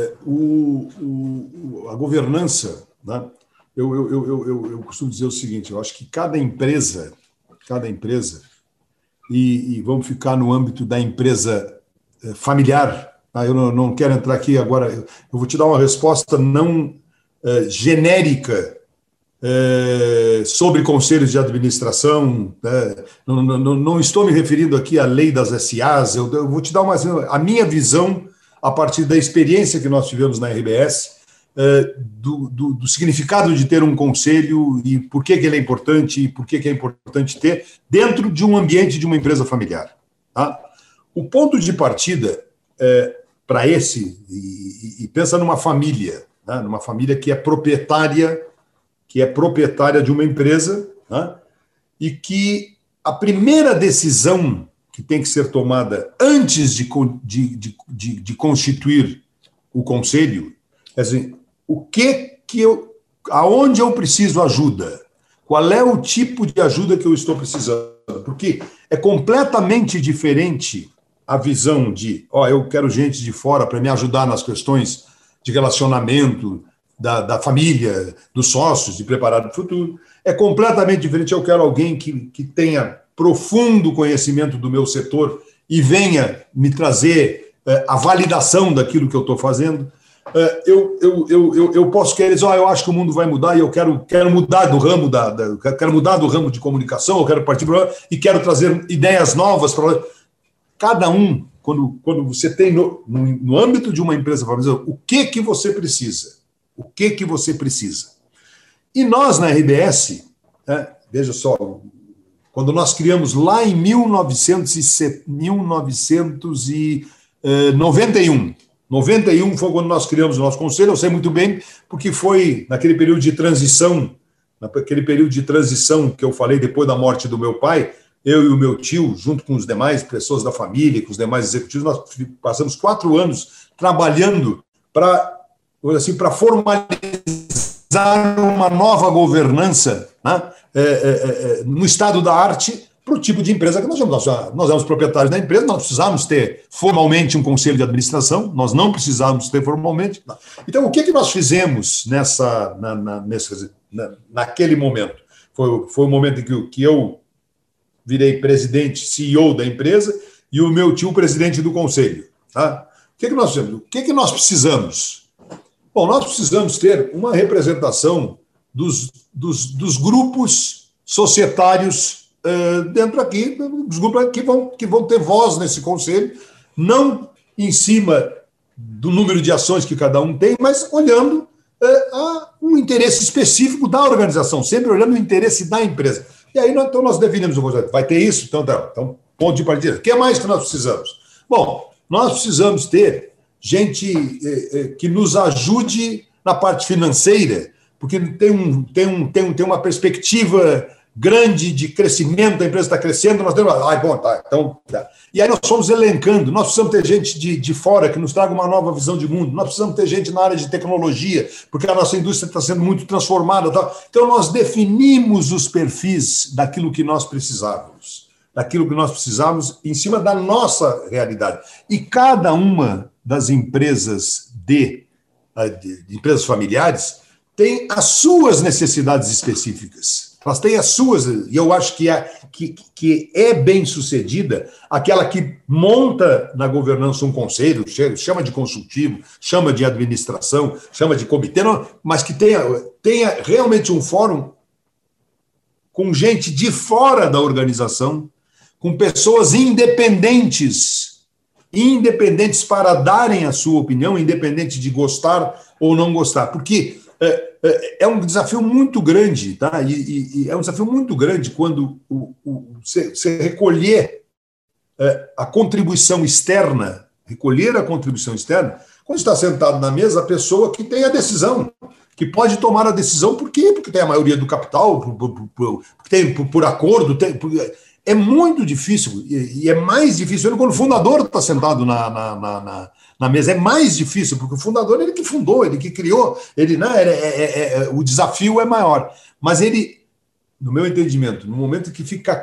S3: A governança, né? Eu costumo dizer o seguinte, eu acho que cada empresa, e vamos ficar no âmbito da empresa familiar, eu não quero entrar aqui agora, eu vou te dar uma resposta não genérica sobre conselhos de administração, não estou me referindo aqui à lei das SAs, eu vou te dar a minha visão a partir da experiência que nós tivemos na RBS, do significado de ter um conselho e por que ele é importante e por que é importante ter dentro de um ambiente de uma empresa familiar. Tá? O ponto de partida para esse, e pensa numa família, né? Numa família que é proprietária de uma empresa, né? E que a primeira decisão que tem que ser tomada antes de constituir o conselho é assim, aonde eu preciso ajuda? Qual é o tipo de ajuda que eu estou precisando? Porque é completamente diferente a visão de, eu quero gente de fora para me ajudar nas questões de relacionamento da família, dos sócios, de preparar o futuro. É completamente diferente, eu quero alguém que tenha profundo conhecimento do meu setor e venha me trazer a validação daquilo que eu estou fazendo. Eu posso querer dizer, eu acho que o mundo vai mudar e eu quero mudar do ramo quero mudar do ramo de comunicação, eu quero partir para e quero trazer ideias novas para cada um. Quando você tem no âmbito de uma empresa, o que você precisa? O que você precisa? E nós na RBS, veja só, quando nós criamos lá em 1991. 91 foi quando nós criamos o nosso conselho, eu sei muito bem, porque foi naquele período de transição naquele período de transição que eu falei depois da morte do meu pai, eu e o meu tio, junto com os demais pessoas da família, com os demais executivos, nós passamos 4 anos trabalhando para formalizar uma nova governança, né, no estado da arte para o tipo de empresa que nós temos. Nós éramos proprietários da empresa, nós precisávamos ter formalmente um conselho de administração, nós não precisávamos ter formalmente. Então, o que nós fizemos naquele momento? Foi o momento em que eu virei presidente, CEO da empresa, e o meu tio presidente do conselho. Tá? O que nós fizemos? O que nós precisamos? Bom, nós precisamos ter uma representação dos grupos societários dentro aqui, dos grupos que vão ter voz nesse conselho, não em cima do número de ações que cada um tem, mas olhando a um interesse específico da organização, sempre olhando o interesse da empresa. E aí então nós definimos o conceito. Vai ter isso? Então ponto de partida. O que mais que nós precisamos? Bom, nós precisamos ter gente que nos ajude na parte financeira, porque tem uma perspectiva grande de crescimento, a empresa está crescendo, nós temos... E aí nós fomos elencando, nós precisamos ter gente de fora que nos traga uma nova visão de mundo, nós precisamos ter gente na área de tecnologia, porque a nossa indústria está sendo muito transformada. Então nós definimos os perfis daquilo que nós precisávamos em cima da nossa realidade. E cada uma das empresas de empresas familiares tem as suas necessidades específicas. Elas têm as suas, e eu acho que é bem sucedida aquela que monta na governança um conselho, chama de consultivo, chama de administração, chama de comitê, mas que tenha realmente um fórum com gente de fora da organização, com pessoas independentes para darem a sua opinião, independente de gostar ou não gostar, porque é um desafio muito grande, tá? E é um desafio muito grande quando você recolher a contribuição externa, quando está sentado na mesa a pessoa que tem a decisão, que pode tomar a decisão, por quê? Porque tem a maioria do capital, porque tem por acordo, é muito difícil, e é mais difícil quando o fundador está sentado na mesa. É mais difícil, porque o fundador, ele que fundou, ele que criou, o desafio é maior. Mas ele, no meu entendimento, no momento que ficam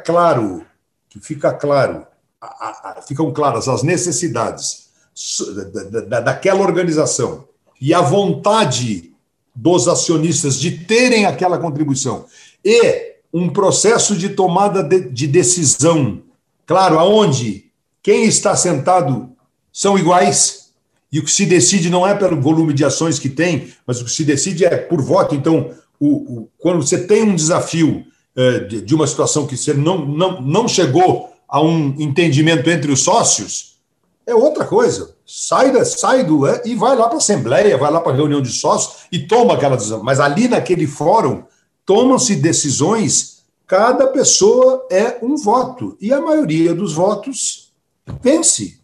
S3: claras as necessidades daquela organização e a vontade dos acionistas de terem aquela contribuição e um processo de tomada de decisão, claro, aonde quem está sentado são iguais, e o que se decide não é pelo volume de ações que tem, mas o que se decide é por voto. Então, quando você tem um desafio de uma situação que você não chegou a um entendimento entre os sócios, é outra coisa. Sai e vai lá para a assembleia, vai lá para a reunião de sócios e toma aquela decisão. Mas ali naquele fórum, tomam-se decisões, cada pessoa é um voto, e a maioria dos votos vence.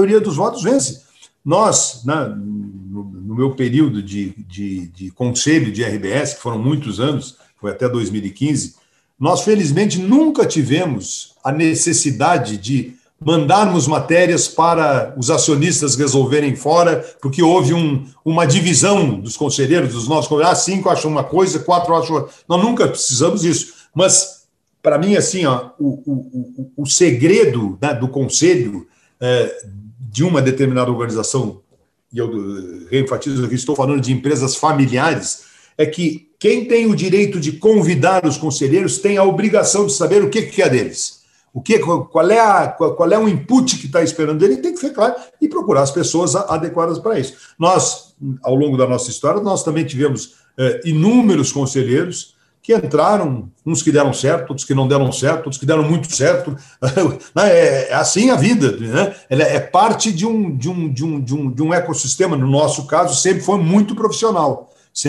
S3: Nós, no meu período de conselho de RBS, que foram muitos anos, foi até 2015, nós felizmente nunca tivemos a necessidade de mandarmos matérias para os acionistas resolverem fora, porque houve uma divisão dos conselheiros, dos nossos conselheiros, 5 acham uma coisa, 4 acham outra. Nós nunca precisamos disso. Mas, para mim, assim, o segredo, né, do conselho de uma determinada organização, e eu reenfatizo que estou falando de empresas familiares, é que quem tem o direito de convidar os conselheiros tem a obrigação de saber o que é deles. Qual é o input que está esperando dele, tem que ficar claro e procurar as pessoas adequadas para isso. Nós, ao longo da nossa história, nós também tivemos inúmeros conselheiros que entraram, uns que deram certo, outros que não deram certo, outros que deram muito certo. É assim a vida, né? Ela é parte de um ecossistema, no nosso caso, sempre foi muito profissional,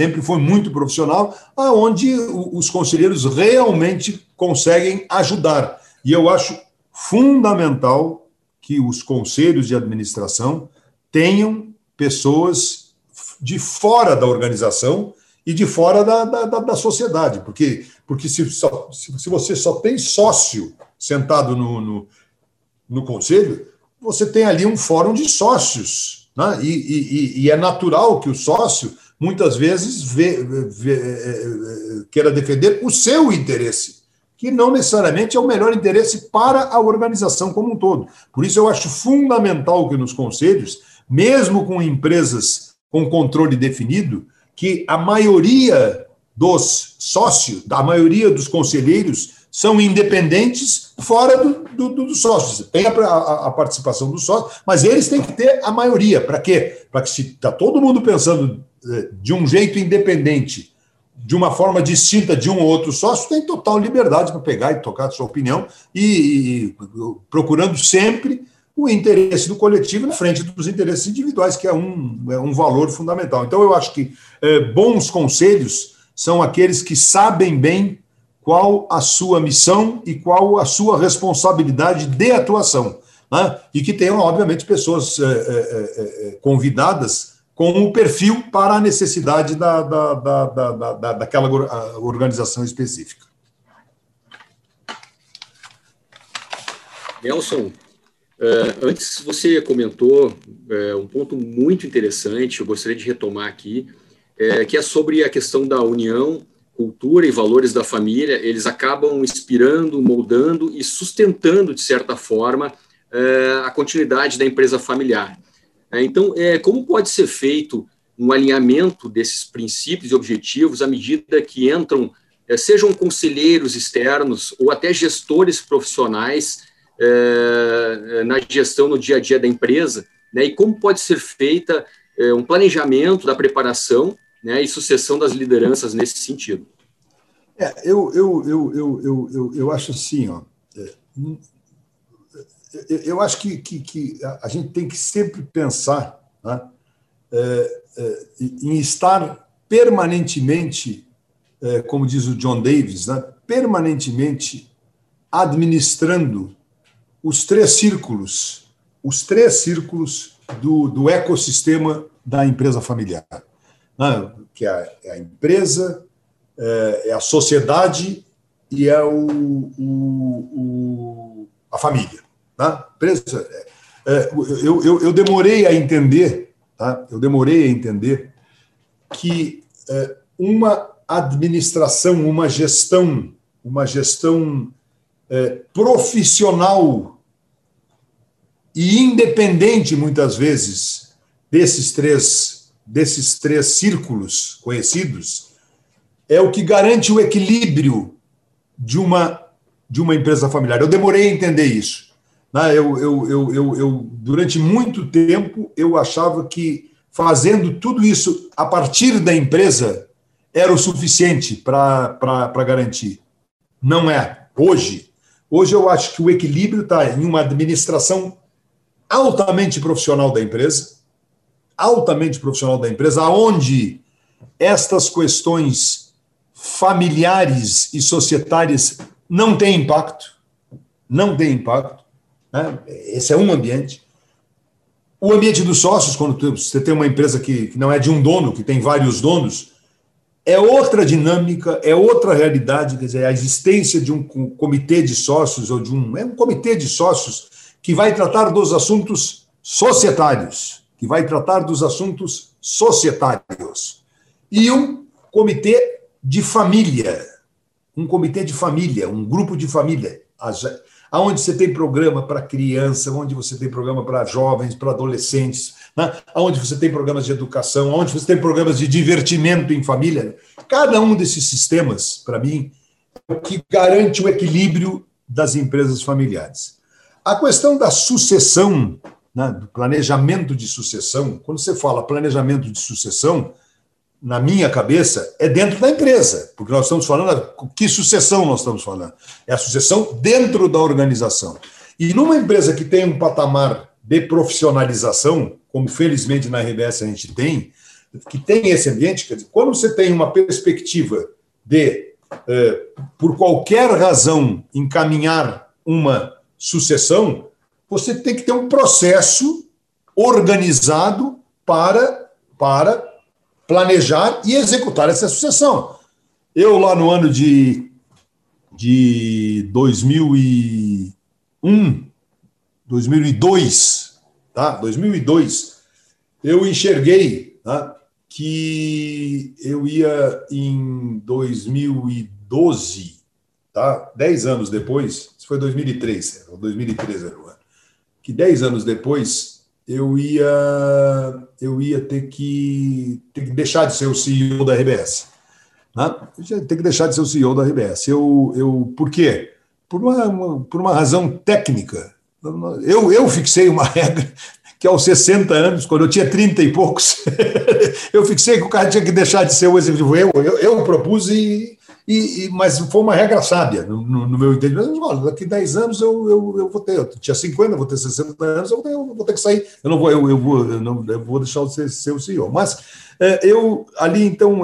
S3: onde os conselheiros realmente conseguem ajudar. E eu acho fundamental que os conselhos de administração tenham pessoas de fora da organização e de fora da sociedade, porque se você só tem sócio sentado no conselho, você tem ali um fórum de sócios, né? E é natural que o sócio, muitas vezes, queira defender o seu interesse, que não necessariamente é o melhor interesse para a organização como um todo. Por isso, eu acho fundamental que nos conselhos, mesmo com empresas com controle definido, que a maioria dos sócios, a maioria dos conselheiros, são independentes fora dos sócios. Tem a participação dos sócios, mas eles têm que ter a maioria. Para quê? Para que, se está todo mundo pensando de um jeito independente, de uma forma distinta de um ou outro sócio, tem total liberdade para pegar e tocar a sua opinião e procurando sempre o interesse do coletivo na frente dos interesses individuais, que é um valor fundamental. Então, eu acho que bons conselhos são aqueles que sabem bem qual a sua missão e qual a sua responsabilidade de atuação, né? E que tenham, obviamente, pessoas convidadas com o perfil para a necessidade daquela organização específica.
S5: Nelson, antes você comentou um ponto muito interessante, eu gostaria de retomar aqui, que é sobre a questão da união, cultura e valores da família. Eles acabam inspirando, moldando e sustentando, de certa forma, a continuidade da empresa familiar. Então, como pode ser feito um alinhamento desses princípios e objetivos à medida que entram, sejam conselheiros externos ou até gestores profissionais na gestão no dia a dia da empresa, né? E como pode ser feita um planejamento da preparação, né, e sucessão das lideranças nesse sentido?
S3: Eu acho assim, ó, eu acho que a gente tem que sempre pensar, né, em estar permanentemente, como diz o John Davis, né, permanentemente administrando os três círculos do ecossistema da empresa familiar, né, que é a empresa, é a sociedade e é a família. Tá? Eu demorei a entender, tá? Que uma administração, uma gestão profissional e independente, muitas vezes, desses três círculos conhecidos, é o que garante o equilíbrio de uma empresa familiar. Eu demorei a entender isso. Durante muito tempo, eu achava que fazendo tudo isso a partir da empresa era o suficiente para garantir. Não é. Hoje eu acho que o equilíbrio está em uma administração altamente profissional da empresa, onde estas questões familiares e societárias não têm impacto. Né? Esse é um ambiente. O ambiente dos sócios, quando você tem uma empresa que não é de um dono, que tem vários donos, é outra dinâmica, é outra realidade. Quer dizer, a existência de um comitê de sócios ou um comitê de sócios que vai tratar dos assuntos societários, e um comitê de família, um grupo de família, onde você tem programa para criança, onde você tem programa para jovens, para adolescentes, né? Onde você tem programas de educação, onde você tem programas de divertimento em família. Cada um desses sistemas, para mim, é o que garante o equilíbrio das empresas familiares. A questão da sucessão, né, do planejamento de sucessão, quando você fala planejamento de sucessão, na minha cabeça, é dentro da empresa, porque nós estamos falando, que sucessão nós estamos falando? É a sucessão dentro da organização. E numa empresa que tem um patamar de profissionalização, como felizmente na RBS a gente tem, que tem esse ambiente, quer dizer, quando você tem uma perspectiva de, por qualquer razão, encaminhar uma sucessão, você tem que ter um processo organizado para planejar e executar essa sucessão. Eu, lá no ano de 2002, tá? 2002, eu enxerguei, tá, que eu ia em 2012, tá? 10 anos depois, isso foi 2003, 2013 era o ano, que 10 anos depois eu ia ter que deixar de ser o CEO da RBS. Né? Eu ia ter que deixar de ser o CEO da RBS. Por quê? Por uma razão técnica. Eu fixei uma regra que aos 60 anos, quando eu tinha 30 e poucos, eu fixei que o cara tinha que deixar de ser o executivo. Eu propus, mas foi uma regra sábia no meu entendimento. Olha, daqui a 10 anos eu vou ter, eu tinha 50, vou ter 60 anos, eu vou ter que sair, eu vou deixar de ser o CEO. Mas eu, ali então,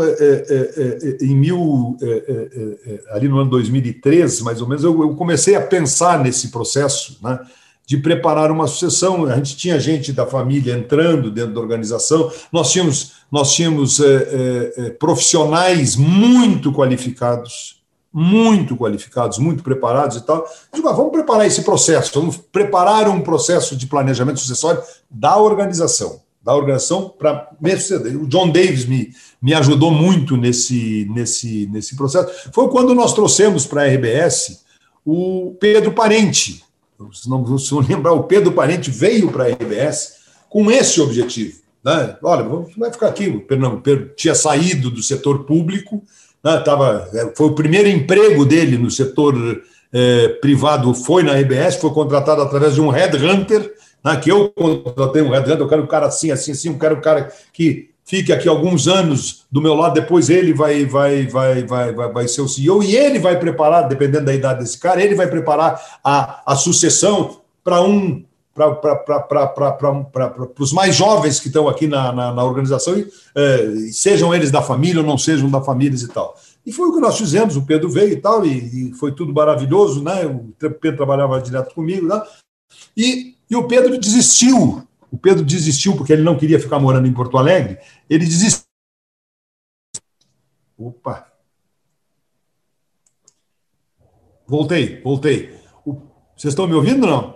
S3: ali no ano 2013, mais ou menos, eu comecei a pensar nesse processo, né, de preparar uma sucessão. A gente tinha gente da família entrando dentro da organização, nós tínhamos profissionais muito qualificados, muito preparados e tal. Digo, vamos preparar esse processo, vamos preparar um processo de planejamento sucessório da organização para me suceder. O John Davis me ajudou muito nesse processo. Foi quando nós trouxemos para a RBS o Pedro Parente. Se não lembrar, o Pedro Parente veio para a RBS com esse objetivo. Né? Olha, vai ficar aqui. O Pedro tinha saído do setor público, né? Foi o primeiro emprego dele no setor privado, foi na RBS, foi contratado através de um headhunter, né? Que eu contratei um headhunter, eu quero um cara assim, eu quero um cara que fique aqui alguns anos do meu lado, depois ele vai ser o CEO, e ele vai preparar, dependendo da idade desse cara, ele vai preparar a sucessão para os mais jovens que estão aqui na organização, sejam eles da família ou não sejam da família e tal. E foi o que nós fizemos, o Pedro veio e tal, e foi tudo maravilhoso, né? O Pedro trabalhava direto comigo, né? E o Pedro desistiu. O Pedro desistiu porque ele não queria ficar morando em Porto Alegre. Ele desistiu. Opa! Voltei. Vocês estão me ouvindo ou não?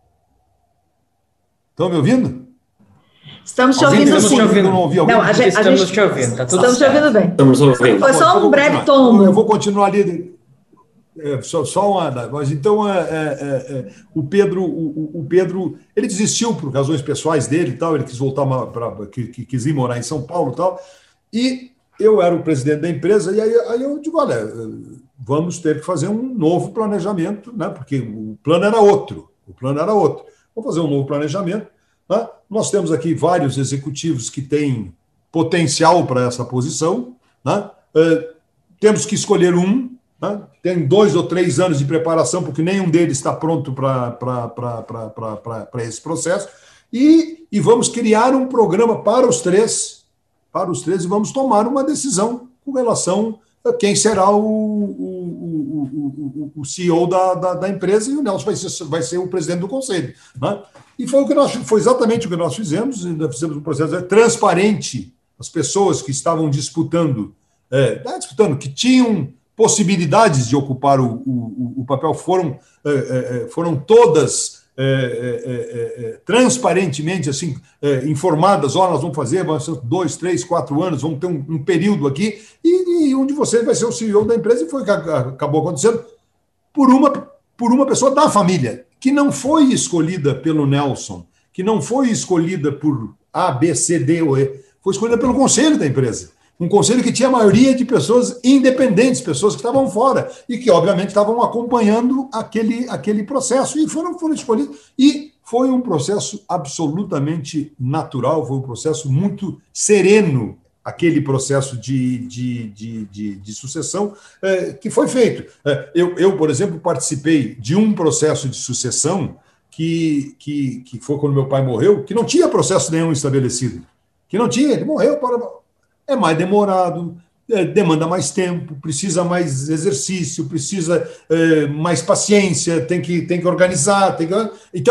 S3: Estão me ouvindo?
S2: Estamos te ouvindo, sim.
S3: Estamos
S2: te ouvindo. Tá tudo certo. Estamos te ouvindo bem.
S5: Estamos ouvindo.
S2: Foi só um breve tombo.
S3: Eu vou continuar ali. Só uma. Mas então o Pedro ele desistiu por razões pessoais dele e tal. Ele quis voltar quis ir morar em São Paulo e tal. E eu era o presidente da empresa, e aí eu digo: olha, vamos ter que fazer um novo planejamento, né? Porque o plano era outro. Vamos fazer um novo planejamento. Né? Nós temos aqui vários executivos que têm potencial para essa posição. Né? Temos que escolher um. Né? Tem 2 ou 3 anos de preparação, porque nenhum deles está pronto para esse processo. E vamos criar um programa para os três, e vamos tomar uma decisão com relação a quem será o CEO da empresa, e o Nelson vai ser o presidente do conselho. Né? E foi exatamente o que nós fizemos. Nós fizemos um processo transparente. As pessoas que estavam disputando, que tinham possibilidades de ocupar o papel, foram todas transparentemente assim, informadas. Nós vamos fazer 2, 3, 4 anos, vamos ter um período aqui, e um de vocês vai ser o CEO da empresa, e foi o que acabou acontecendo por uma pessoa da família, que não foi escolhida pelo Nelson, que não foi escolhida por A, B, C, D ou E, foi escolhida pelo conselho da empresa. Um conselho que tinha a maioria de pessoas independentes, pessoas que estavam fora e que, obviamente, estavam acompanhando aquele processo, e foram escolhidos. E foi um processo absolutamente natural, foi um processo muito sereno, aquele processo de sucessão que foi feito. Eu, por exemplo, participei de um processo de sucessão que foi quando meu pai morreu, que não tinha processo nenhum estabelecido. Que não tinha, ele morreu é mais demorado, demanda mais tempo, precisa mais exercício, precisa mais paciência, tem que organizar. Então,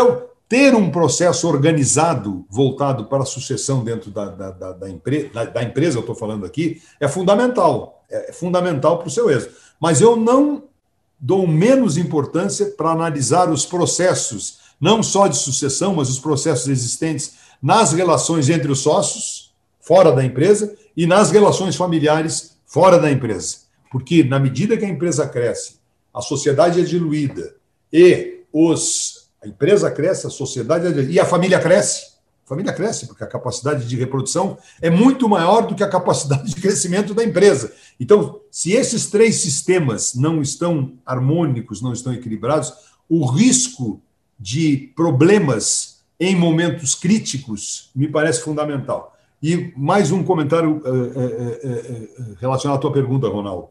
S3: ter um processo organizado voltado para a sucessão dentro da empresa, eu estou falando aqui, é fundamental para o seu êxito. Mas eu não dou menos importância para analisar os processos, não só de sucessão, mas os processos existentes nas relações entre os sócios, fora da empresa, e nas relações familiares, fora da empresa. Porque, na medida que a empresa cresce, a sociedade é diluída, e a empresa cresce, a sociedade é diluída, e a família cresce. A família cresce, porque a capacidade de reprodução é muito maior do que a capacidade de crescimento da empresa. Então, se esses 3 sistemas não estão harmônicos, não estão equilibrados, o risco de problemas em momentos críticos me parece fundamental. E mais um comentário relacionado à tua pergunta, Ronaldo.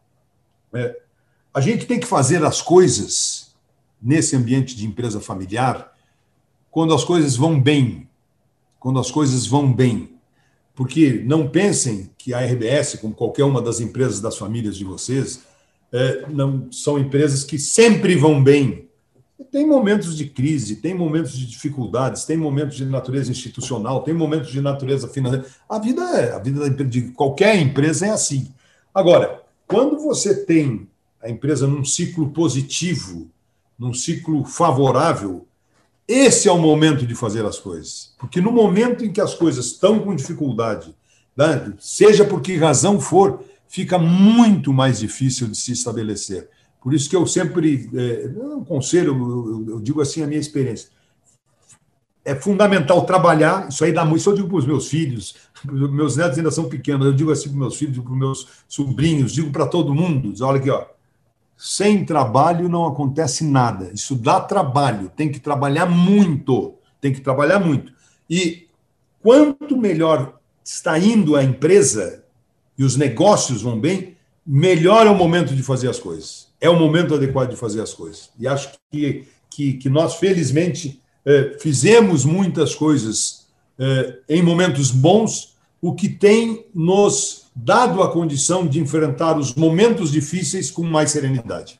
S3: A gente tem que fazer as coisas nesse ambiente de empresa familiar quando as coisas vão bem. Quando as coisas vão bem. Porque não pensem que a RBS, como qualquer uma das empresas das famílias de vocês, não são empresas que sempre vão bem. Tem momentos de crise, tem momentos de dificuldades, tem momentos de natureza institucional, tem momentos de natureza financeira. A vida de qualquer empresa é assim. Agora, quando você tem a empresa num ciclo positivo, num ciclo favorável, esse é o momento de fazer as coisas. Porque no momento em que as coisas estão com dificuldade, né, seja por que razão for, fica muito mais difícil de se estabelecer. Por isso que eu sempre, um conselho, eu digo assim a minha experiência, é fundamental trabalhar, isso eu digo para os meus filhos, meus netos ainda são pequenos, eu digo assim para os meus filhos, para os meus sobrinhos, digo para todo mundo, olha aqui, sem trabalho não acontece nada, isso dá trabalho, tem que trabalhar muito, E quanto melhor está indo a empresa e os negócios vão bem, melhor é o momento de fazer as coisas. É o momento adequado de fazer as coisas. E acho que nós, felizmente, fizemos muitas coisas em momentos bons, o que tem nos dado a condição de enfrentar os momentos difíceis com mais serenidade.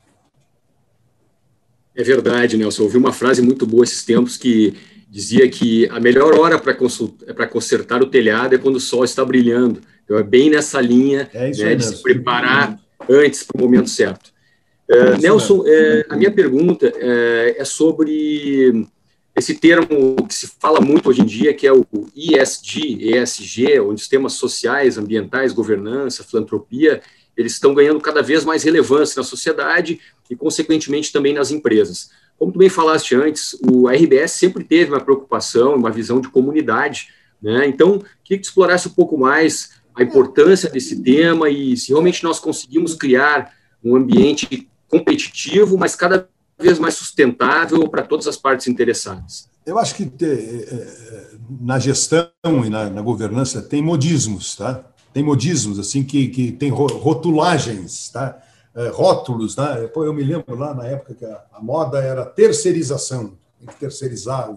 S5: É verdade, Nelson. Eu ouvi uma frase muito boa esses tempos que dizia que a melhor hora para consertar o telhado é quando o sol está brilhando. Então, é bem nessa linha, de se preparar antes para o momento certo. Nelson, a minha pergunta é sobre esse termo que se fala muito hoje em dia, que é o ESG, onde os temas sociais, ambientais, governança, filantropia, eles estão ganhando cada vez mais relevância na sociedade e, consequentemente, também nas empresas. Como tu bem falaste antes, a RBS sempre teve uma preocupação, uma visão de comunidade, né? Então, queria que tu explorasse um pouco mais a importância desse tema e se realmente nós conseguimos criar um ambiente competitivo, mas cada vez mais sustentável para todas as partes interessadas.
S3: Eu acho que na gestão e na governança tem modismos, tá? Tem modismos, assim, que tem rotulagens, tá? Rótulos, tá? Eu me lembro lá na época que a moda era terceirização, tem que terceirizar,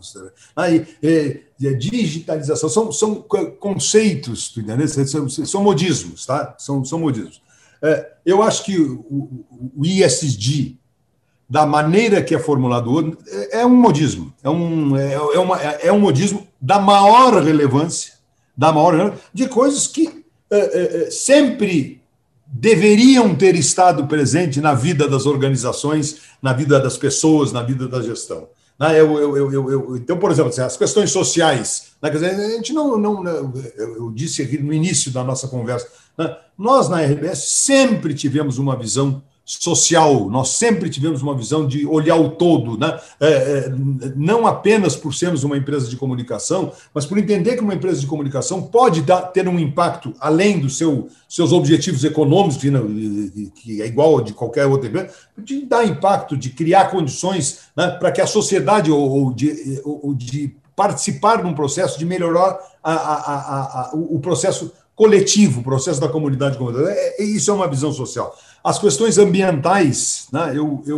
S3: digitalização, são conceitos, são modismos, tá? São modismos. Eu acho que o ESG, da maneira que é formulado hoje, é um modismo. É um modismo da maior relevância, de coisas que sempre deveriam ter estado presentes na vida das organizações, na vida das pessoas, na vida da gestão. Então, por exemplo, as questões sociais, a gente eu disse aqui no início da nossa conversa, nós na RBS sempre tivemos uma visão social, nós sempre tivemos uma visão de olhar o todo, né? Não apenas por sermos uma empresa de comunicação, mas por entender que uma empresa de comunicação pode ter um impacto além dos seus objetivos econômicos, que é igual ao de qualquer outra empresa, de dar impacto, de criar condições, né, para que a sociedade ou de participar de um processo de melhorar o processo coletivo, o processo da comunidade. Isso é uma visão social. As questões ambientais, né,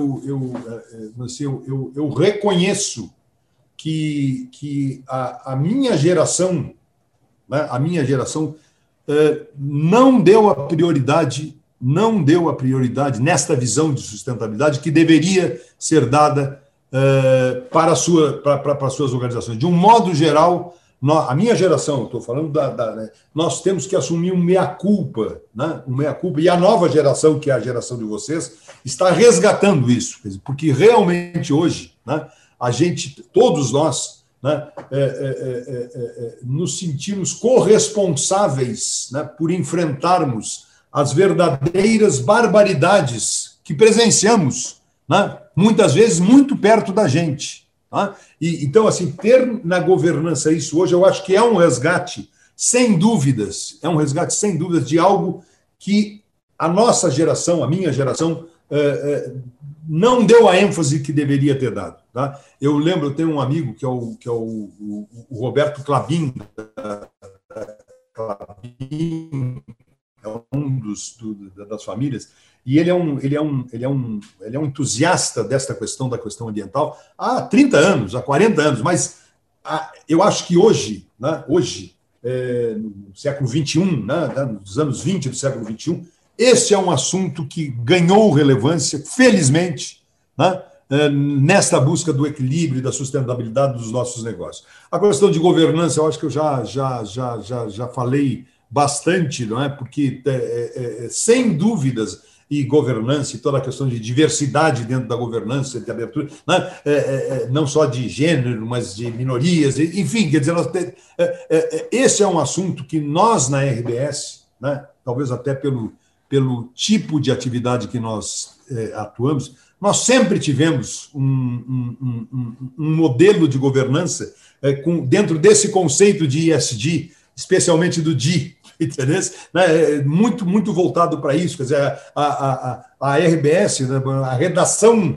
S3: eu reconheço que a minha geração, né, não deu a prioridade nesta visão de sustentabilidade que deveria ser dada para as suas organizações. De um modo geral, a minha geração, estou falando né, nós temos que assumir um meia-culpa, né? Um meia-culpa, e a nova geração, que é a geração de vocês, está resgatando isso, porque realmente hoje, né, todos nós, né, nos sentimos corresponsáveis, né, por enfrentarmos as verdadeiras barbaridades que presenciamos, né, muitas vezes muito perto da gente. Tá? Então, assim, ter na governança isso hoje, eu acho que é um resgate, sem dúvidas, de algo que a nossa geração, a minha geração, não deu a ênfase que deveria ter dado. Tá? Eu lembro, eu tenho um amigo que é o Roberto Clabin, é um das famílias, e ele é um entusiasta da questão ambiental há 30 anos, há 40 anos, mas eu acho que hoje, né, no século XXI, né, nos anos 20 do século XXI, esse é um assunto que ganhou relevância, felizmente, né, nesta busca do equilíbrio e da sustentabilidade dos nossos negócios. A questão de governança, eu acho que eu já falei bastante, não é? Porque, sem dúvidas, e governança, e toda a questão de diversidade dentro da governança, de abertura, né? Não só de gênero, mas de minorias, enfim, quer dizer, esse é um assunto que nós, na RBS, né, talvez até pelo tipo de atividade que nós atuamos, nós sempre tivemos um modelo de governança dentro desse conceito de ESG, especialmente do D, entendeu? Muito, muito voltado para isso. Quer dizer, a RBS, né, a redação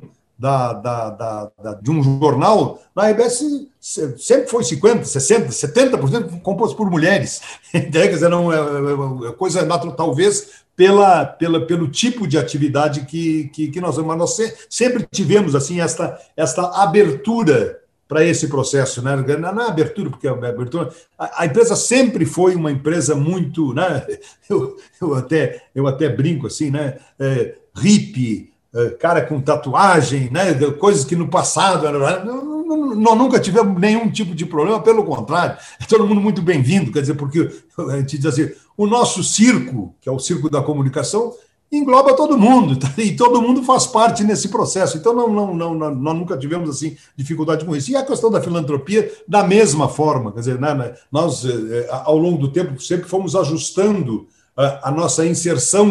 S3: de um jornal, na RBS sempre foi 50%, 60%, 70% composto por mulheres. Quer dizer, não é coisa natural, talvez pelo tipo de atividade que nós vamos. Mas nós sempre tivemos assim esta abertura para esse processo, né? Não é abertura, porque a empresa sempre foi uma empresa muito, né? Eu até brinco assim, né? Hippie, cara com tatuagem, né? Coisas que no passado nós nunca tivemos nenhum tipo de problema, pelo contrário, é todo mundo muito bem-vindo, quer dizer, porque a gente diz assim, o nosso circo, que é o circo da comunicação, engloba todo mundo, e todo mundo faz parte nesse processo. Então, nós nunca tivemos assim dificuldade com isso. E a questão da filantropia, da mesma forma, quer dizer, né, nós, ao longo do tempo, sempre fomos ajustando a nossa inserção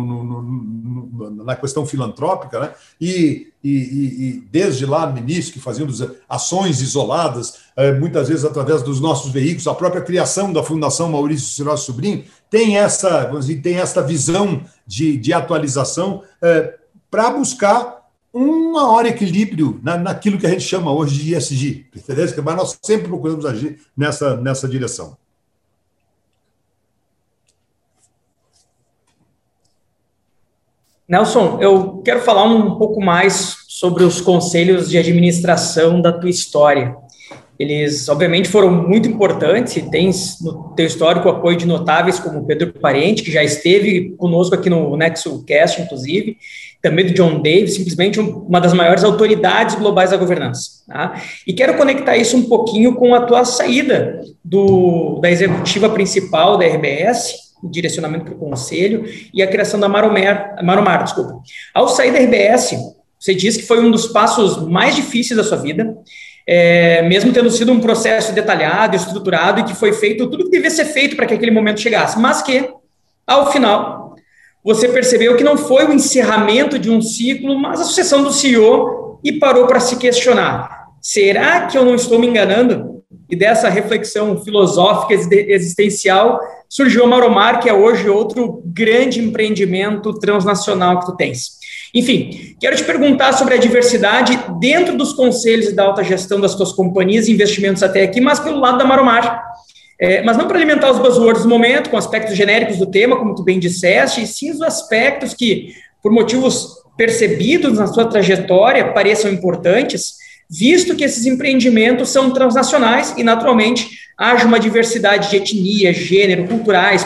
S3: na questão filantrópica, né? E desde lá no início, que fazíamos ações isoladas, muitas vezes através dos nossos veículos, a própria criação da Fundação Maurício Cirós Sobrinho tem essa visão de atualização para buscar um maior equilíbrio naquilo que a gente chama hoje de ESG, entendeu? Mas nós sempre procuramos agir nessa direção.
S6: Nelson, eu quero falar um pouco mais sobre os conselhos de administração da tua história. Eles, obviamente, foram muito importantes e tens no teu histórico o apoio de notáveis como o Pedro Parente, que já esteve conosco aqui no NexoCast, inclusive, também do John Davis, simplesmente uma das maiores autoridades globais da governança. Tá? E quero conectar isso um pouquinho com a tua saída da executiva principal da RBS, o direcionamento para o conselho e a criação da Maromar. Ao sair da RBS, você disse que foi um dos passos mais difíceis da sua vida, mesmo tendo sido um processo detalhado, estruturado e que foi feito tudo que devia ser feito para que aquele momento chegasse, mas que, ao final, você percebeu que não foi o encerramento de um ciclo, mas a sucessão do CEO e parou para se questionar. Será que eu não estou me enganando? E dessa reflexão filosófica existencial surgiu a Maromar, que é hoje outro grande empreendimento transnacional que tu tens. Enfim, quero te perguntar sobre a diversidade dentro dos conselhos e da alta gestão das tuas companhias e investimentos até aqui, mas pelo lado da Maromar. Mas não para alimentar os buzzwords do momento, com aspectos genéricos do tema, como tu bem disseste, e sim os aspectos que, por motivos percebidos na sua trajetória, pareçam importantes, visto que esses empreendimentos são transnacionais e, naturalmente, haja uma diversidade de etnia, gênero, culturais,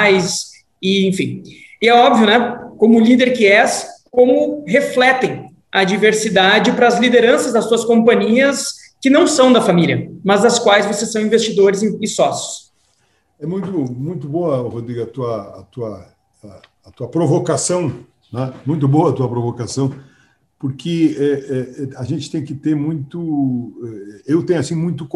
S6: profissionais, e enfim. E é óbvio, né, como líder que és, como refletem a diversidade para as lideranças das suas companhias que não são da família, mas das quais vocês são investidores e sócios.
S3: É muito boa, Rodrigo, a tua provocação, né? Muito boa a tua provocação, porque a gente tem que ter muito... Eu tenho assim muito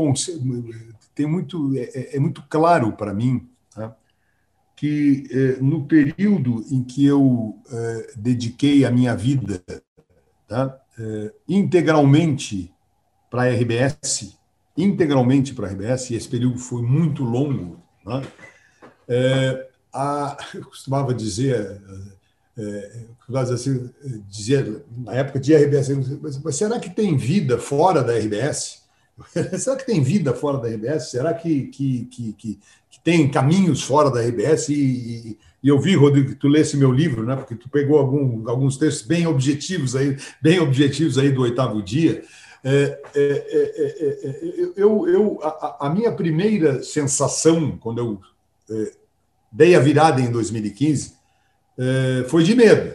S3: é muito claro para mim, tá? Que no período em que eu dediquei a minha vida, tá? Integralmente para a RBS, e esse período foi muito longo, né? Eu costumava dizer, na época de RBS, mas será que tem vida fora da RBS? Será que tem vida fora da RBS? Será que tem caminhos fora da RBS? E eu vi, Rodrigo, que tu lesse meu livro, né? Porque tu pegou alguns textos bem objetivos aí do Oitavo Dia. A minha primeira sensação, quando eu dei a virada em 2015, foi de medo.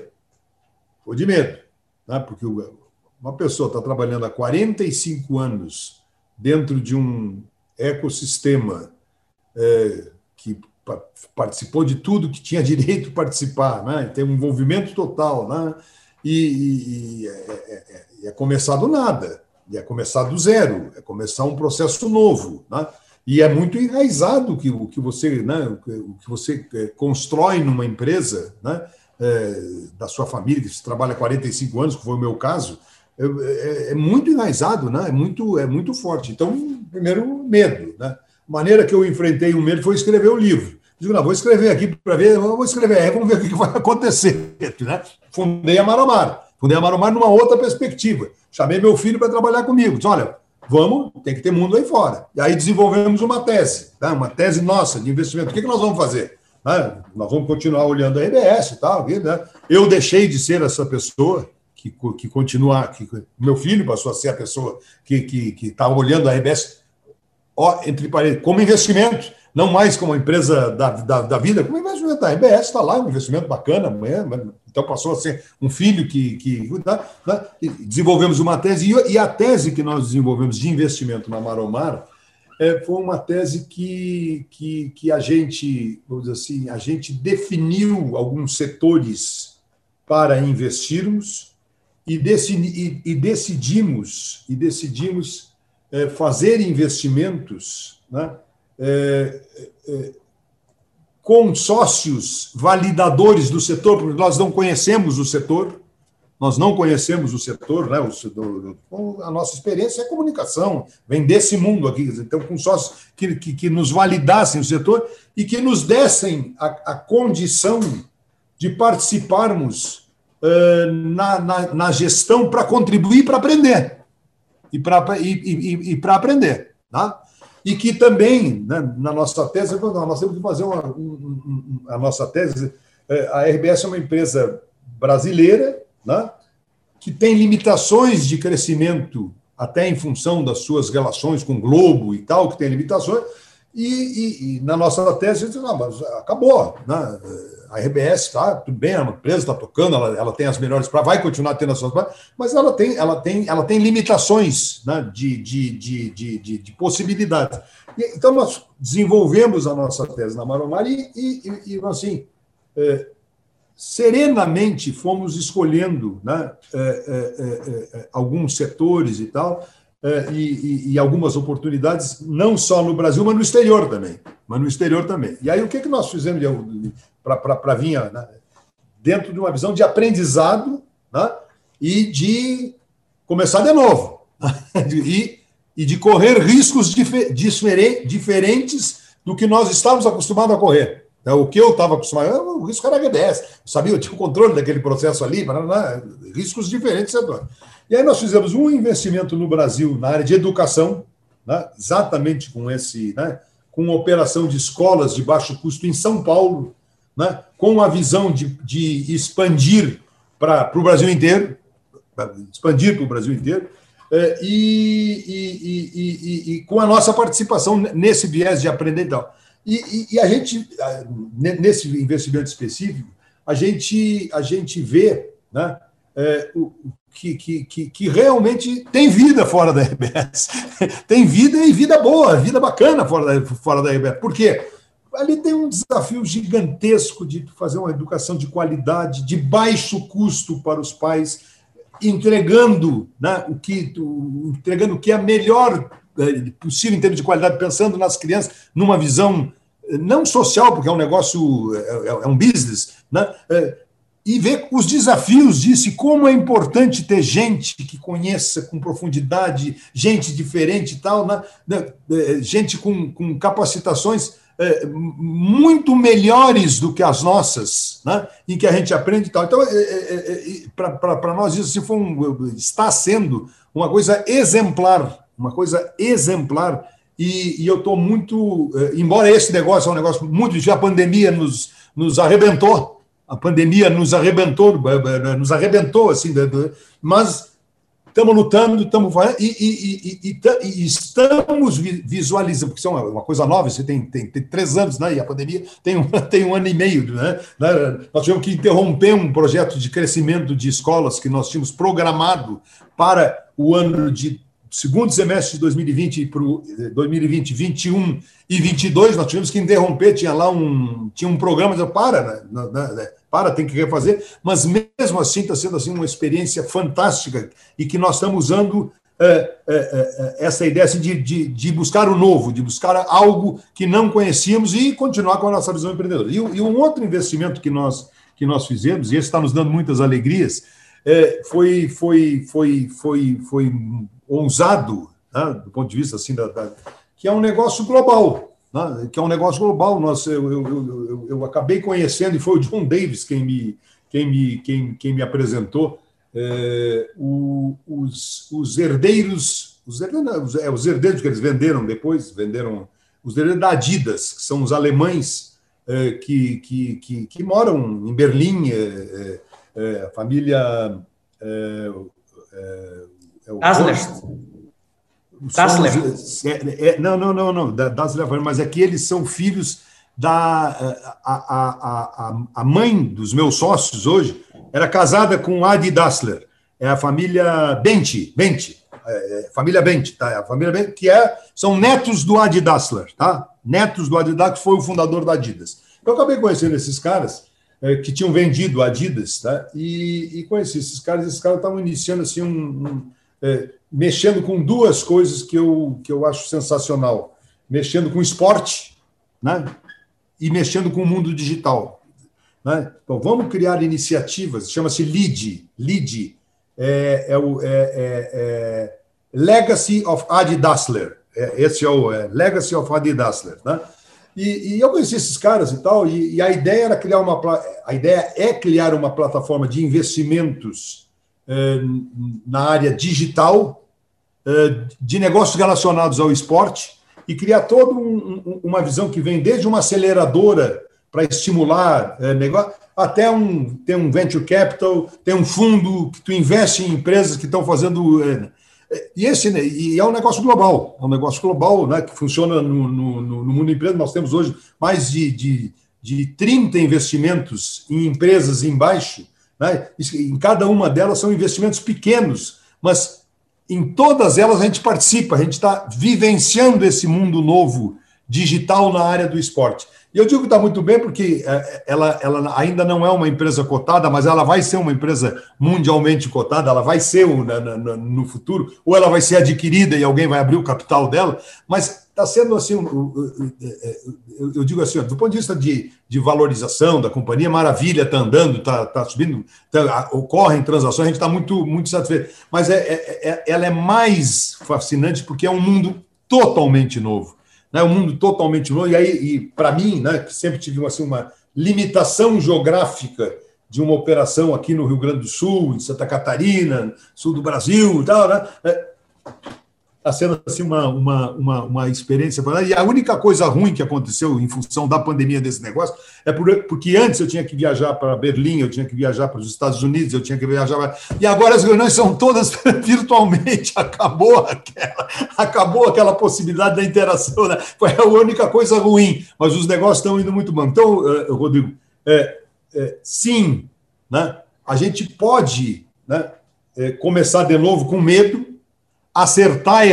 S3: Né? Porque uma pessoa está trabalhando há 45 anos dentro de um ecossistema que participou de tudo que tinha direito de participar, né? Tem um envolvimento total, né? E é começar do nada, é começar do zero, é começar um processo novo, né? E é muito enraizado o que você, né, o que você constrói numa empresa, né, da sua família, que você trabalha há 45 anos, que foi o meu caso, é muito enraizado, né? É muito forte. Então, primeiro, medo, né? A maneira que eu enfrentei o medo foi escrever o livro. Digo, não, vou escrever aqui para ver, vamos ver o que vai acontecer, né? Fundei a Maromar numa outra perspectiva. Chamei meu filho para trabalhar comigo. Disse, olha, tem que ter mundo aí fora. E aí desenvolvemos uma tese, tá? Uma tese nossa de investimento. O que nós vamos fazer? Nós vamos continuar olhando a RBS e tal. Né? Eu deixei de ser essa pessoa que continua, meu filho passou a ser a pessoa que está olhando a RBS, entre parênteses, como investimento, não mais como uma empresa da vida, como investimento. A RBS está lá, um investimento bacana, então passou a ser um filho né? Desenvolvemos uma tese, e a tese que nós desenvolvemos de investimento na Maromar foi uma tese que a gente, vamos dizer assim, a gente definiu alguns setores para investirmos e decidimos fazer investimentos, né, com sócios validadores do setor, porque nós não conhecemos o setor, né? A nossa experiência é comunicação, vem desse mundo aqui, então com sócios que nos validassem o setor e que nos dessem a condição de participarmos na gestão para contribuir para aprender e para aprender, tá? E que também, né, na nossa tese, nós temos que fazer a nossa tese. A RBS é uma empresa brasileira, né, que tem limitações de crescimento, até em função das suas relações com o Globo e tal, que tem limitações, e na nossa tese, mas acabou, né? A RBS está tudo bem, a empresa está tocando, ela tem as melhores praças, vai continuar tendo as suas praças, mas ela tem limitações, né, de possibilidades. Então, nós desenvolvemos a nossa tese na Maromar e assim, serenamente fomos escolhendo, né, alguns setores e tal, e algumas oportunidades, não só no Brasil, mas no exterior também. E aí, o que nós fizemos para vir, né, dentro de uma visão de aprendizado, né, e de começar de novo, e de correr riscos diferentes do que nós estávamos acostumados a correr. O que eu estava acostumado, o risco era RBS, eu tinha o controle daquele processo ali, riscos diferentes. E aí nós fizemos um investimento no Brasil na área de educação, né, exatamente com com uma operação de escolas de baixo custo em São Paulo, né, com a visão de expandir para o Brasil inteiro, e com a nossa participação nesse viés de aprender e tal. E a gente, nesse investimento específico, a gente vê, né, que realmente tem vida fora da RBS. Tem vida e vida boa, vida bacana fora da RBS. Por quê? Ali tem um desafio gigantesco de fazer uma educação de qualidade, de baixo custo para os pais, entregando, né, entregando o que é melhor possível em termos de qualidade, pensando nas crianças numa visão não social, porque é um negócio, é um business, né? E ver os desafios disso e como é importante ter gente que conheça com profundidade, gente diferente e tal, né? Gente com capacitações muito melhores do que as nossas, né? Em que a gente aprende e tal. Então, para nós isso está sendo uma coisa exemplar, e eu estou muito... embora esse negócio é um negócio muito difícil, a pandemia nos arrebentou, assim, mas estamos lutando, estamos fazendo, e estamos visualizando, porque isso é uma coisa nova, você tem 3 anos, né, e a pandemia tem 1 ano e meio. Né? Nós tivemos que interromper um projeto de crescimento de escolas que nós tínhamos programado para o ano de segundo semestre de 2020 para 2020, 21 e 22, nós tivemos que interromper, tinha um programa, tem que refazer, mas mesmo assim está sendo assim, uma experiência fantástica e que nós estamos usando essa ideia assim, de buscar o novo, de buscar algo que não conhecíamos e continuar com a nossa visão empreendedora. E um outro investimento que nós fizemos, e esse está nos dando muitas alegrias, foi ousado, né, do ponto de vista assim, que é um negócio global. Né, eu acabei conhecendo, e foi o John Davis quem me apresentou, os herdeiros, os herdeiros que eles venderam depois, os herdeiros da Adidas, que são os alemães que moram em Berlim, a família...
S6: Dassler.
S3: Não, Dassler, mas é que eles são filhos a mãe dos meus sócios hoje era casada com Adi Dassler, é a família Benti, família Benti, tá? A família Benti, são netos do Adi Dassler, tá? Netos do Adi Dassler, que foi o fundador da Adidas. Eu acabei conhecendo esses caras que tinham vendido a Adidas, tá? E conheci esses caras estavam iniciando assim mexendo com 2 coisas que eu acho sensacional, mexendo com esporte, né? E mexendo com o mundo digital, né? Então, vamos criar iniciativas, chama-se LEAD, Legacy of Adi Dassler, esse é o Legacy of Adi Dassler, né? E eu conheci esses caras e tal, e a ideia era criar uma plataforma de investimentos na área digital, de negócios relacionados ao esporte, e criar toda uma visão que vem desde uma aceleradora para estimular negócio, até ter um venture capital, tem um fundo que tu investe em empresas que estão fazendo... E é um negócio global, né, que funciona no mundo da empresa. Nós temos hoje mais de 30 investimentos em empresas embaixo, né? Em cada uma delas são investimentos pequenos, mas em todas elas a gente participa, a gente está vivenciando esse mundo novo digital na área do esporte. E eu digo que está muito bem porque ela ainda não é uma empresa cotada, mas ela vai ser uma empresa mundialmente cotada, ela vai ser no futuro, ou ela vai ser adquirida e alguém vai abrir o capital dela, mas está sendo assim, eu digo assim, do ponto de vista de valorização da companhia, maravilha, está andando, está subindo, ocorrem transações, a gente está muito, muito satisfeito, mas ela é mais fascinante porque é um mundo totalmente novo. Um mundo totalmente novo, e para mim, né, que sempre tive assim, uma limitação geográfica de uma operação aqui no Rio Grande do Sul, em Santa Catarina, sul do Brasil e tal, né? Está sendo assim, uma experiência. E a única coisa ruim que aconteceu em função da pandemia desse negócio é porque antes eu tinha que viajar para Berlim, eu tinha que viajar para os Estados Unidos, eu tinha que viajar e agora as reuniões são todas virtualmente. Acabou aquela possibilidade da interação, né? Foi a única coisa ruim, mas os negócios estão indo muito bem. Então, Rodrigo, sim, né? A gente pode né, começar de novo com medo, acertar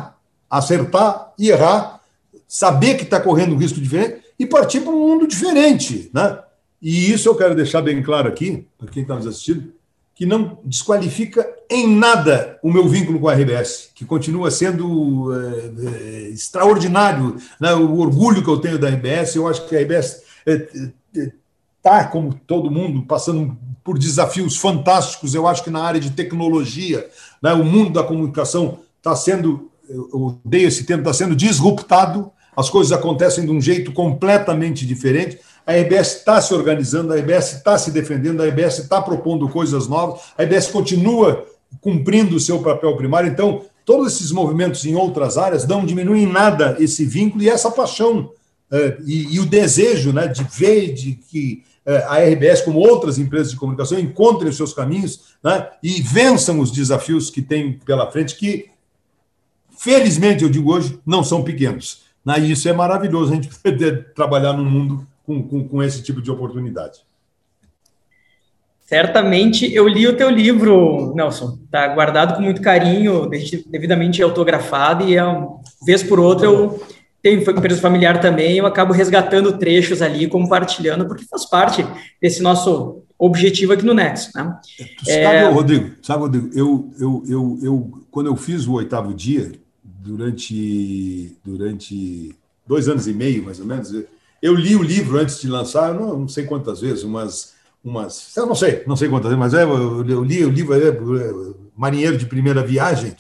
S3: e errar, saber que está correndo um risco diferente e partir para um mundo diferente, né? E isso eu quero deixar bem claro aqui, para quem está nos assistindo, que não desqualifica em nada o meu vínculo com a RBS, que continua sendo extraordinário, né? O orgulho que eu tenho da RBS. Eu acho que a RBS está, como todo mundo, passando por desafios fantásticos. Eu acho que na área de tecnologia, né, o mundo da comunicação está sendo, eu odeio esse termo, está sendo disruptado, as coisas acontecem de um jeito completamente diferente. A RBS está se organizando, a RBS está se defendendo, a RBS está propondo coisas novas, a RBS continua cumprindo o seu papel primário. Então, todos esses movimentos em outras áreas não diminuem em nada esse vínculo e essa paixão e o desejo, né, de ver de que a RBS, como outras empresas de comunicação, encontrem os seus caminhos, né, e vençam os desafios que tem pela frente, que, felizmente, eu digo hoje, não são pequenos. Né, e isso é maravilhoso, a gente poder trabalhar num mundo com esse tipo de oportunidade.
S6: Certamente eu li o teu livro, Nelson, está guardado com muito carinho, devidamente autografado, e vez por outra eu tenho empresa familiar também, eu acabo resgatando trechos ali, compartilhando, porque faz parte desse nosso objetivo aqui no Nexo. Né?
S3: Sabe, Rodrigo, eu quando eu fiz o 8º dia, durante 2 anos e meio, mais ou menos, eu li o livro antes de lançar, não sei quantas vezes, eu não sei quantas vezes, mas eu li o livro, Marinheiro de Primeira Viagem,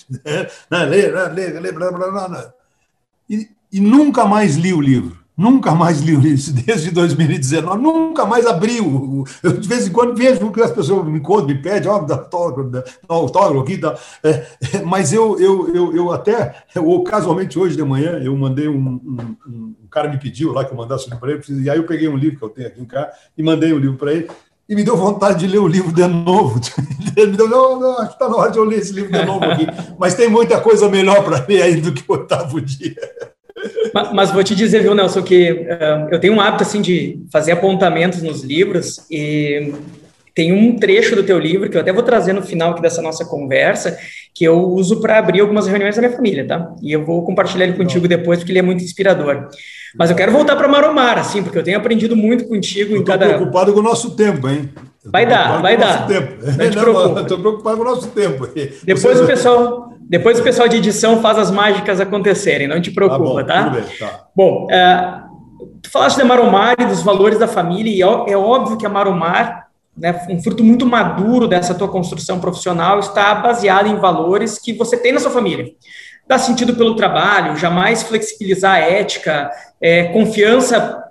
S3: e nunca mais li o livro, desde 2019, nunca mais abri eu de vez em quando vejo que as pessoas me contam, me pedem, dá autógrafo aqui, tá? Mas eu até, casualmente hoje de manhã, eu mandei um cara me pediu lá que eu mandasse para ele, e aí eu peguei um livro que eu tenho aqui em casa e mandei um livro para ele, e me deu vontade de ler o livro de novo. Ele me deu, acho que está na hora de eu ler esse livro de novo aqui, mas tem muita coisa melhor para ler aí do que o 8º dia.
S6: Mas vou te dizer, viu, Nelson, que eu tenho um hábito assim, de fazer apontamentos nos livros, e tem um trecho do teu livro, que eu até vou trazer no final aqui dessa nossa conversa, que eu uso para abrir algumas reuniões da minha família, tá? E eu vou compartilhar ele contigo depois, porque ele é muito inspirador. Mas eu quero voltar para Maromar, assim, porque eu tenho aprendido muito contigo em cada...
S3: Estou preocupado com o nosso tempo, hein?
S6: Vai dar.
S3: Não te preocupa. Estou preocupado com o nosso tempo.
S6: Depois o pessoal de edição faz as mágicas acontecerem, não te preocupa, tá?
S3: Tudo bem, tá.
S6: Bom, tu falaste da Maromar e dos valores da família, e é óbvio que a Maromar, né, um fruto muito maduro dessa tua construção profissional, está baseado em valores que você tem na sua família. Dá sentido pelo trabalho, jamais flexibilizar a ética, confiança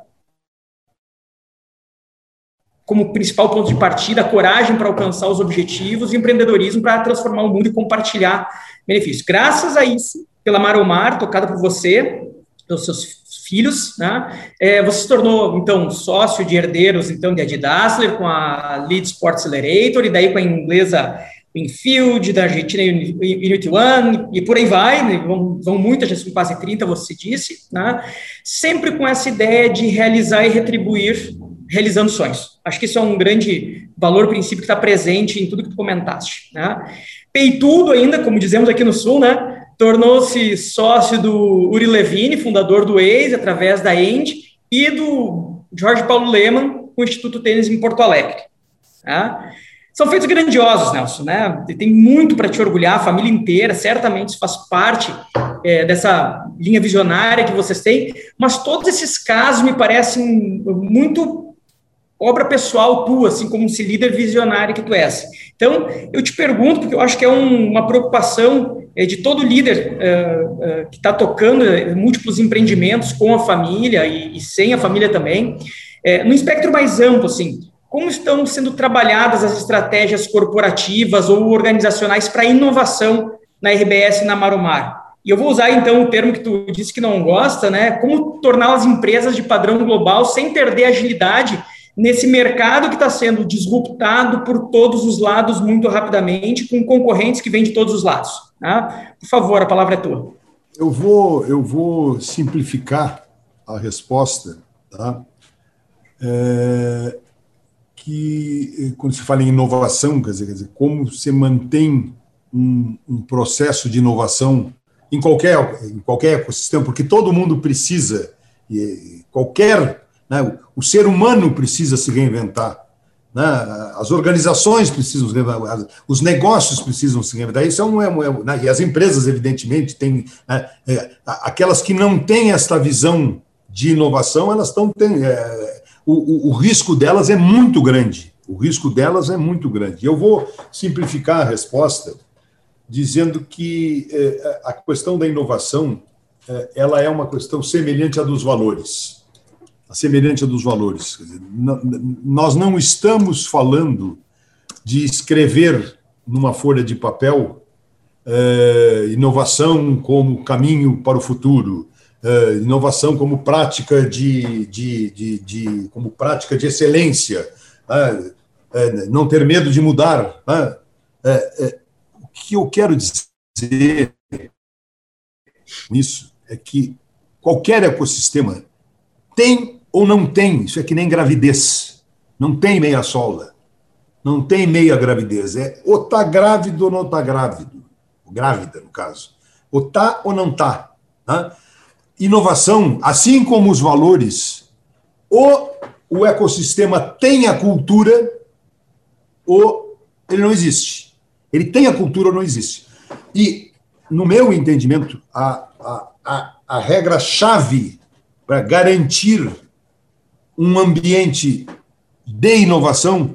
S6: como principal ponto de partida, coragem para alcançar os objetivos e empreendedorismo para transformar o mundo e compartilhar benefícios. Graças a isso, pela Maromar, tocada por você, pelos seus filhos, né? Você se tornou, então, sócio de herdeiros, então, de Adidas Dassler, com a Lead Sport Accelerator, e daí com a inglesa Winfield, da Argentina Unity One, e por aí vai, né? Vão muitas, já são quase 30, você disse, né? Sempre com essa ideia de realizar e retribuir, realizando sonhos. Acho que isso é um grande valor, princípio que está presente em tudo que tu comentaste, né? Peitudo ainda, como dizemos aqui no Sul, né? Tornou-se sócio do Uri Levine, fundador do Waze, através da End, e do Jorge Paulo Lemann, com o Instituto Tênis em Porto Alegre. Né? São feitos grandiosos, Nelson, né? Tem muito para te orgulhar, a família inteira, certamente isso faz parte dessa linha visionária que vocês têm, mas todos esses casos me parecem muito obra pessoal tua, assim como esse líder visionário que tu és. Então, eu te pergunto, porque eu acho que é uma preocupação de todo líder que está tocando múltiplos empreendimentos com a família e sem a família também, no espectro mais amplo, assim, como estão sendo trabalhadas as estratégias corporativas ou organizacionais para inovação na RBS e na Maromar? E eu vou usar, então, o termo que tu disse que não gosta, né? Como tornar as empresas de padrão global sem perder agilidade nesse mercado que está sendo disruptado por todos os lados muito rapidamente, com concorrentes que vêm de todos os lados. Tá? Por favor, a palavra é tua.
S3: Eu vou simplificar a resposta, tá? que, quando se fala em inovação, quer dizer como se mantém um processo de inovação em qualquer ecossistema, porque todo mundo precisa, né, o ser humano precisa se reinventar, né, as organizações precisam se reinventar, os negócios precisam se reinventar, isso né, e as empresas, evidentemente, têm, né, aquelas que não têm esta visão de inovação, elas estão tendo, o risco delas é muito grande, E eu vou simplificar a resposta dizendo que a questão da inovação ela é uma questão semelhante à dos valores. Quer dizer, nós não estamos falando de escrever numa folha de papel inovação como caminho para o futuro, inovação como prática como prática de excelência, não ter medo de mudar. O que eu quero dizer com isso é que qualquer ecossistema tem ou não tem, isso é que nem gravidez, não tem meia solda, não tem meia gravidez, ou está grávido ou não está grávido, grávida no caso, ou está ou não está. Né? Inovação, assim como os valores, ou o ecossistema tem a cultura ou ele não existe. Ele tem a cultura ou não existe. E, no meu entendimento, a regra-chave para garantir um ambiente de inovação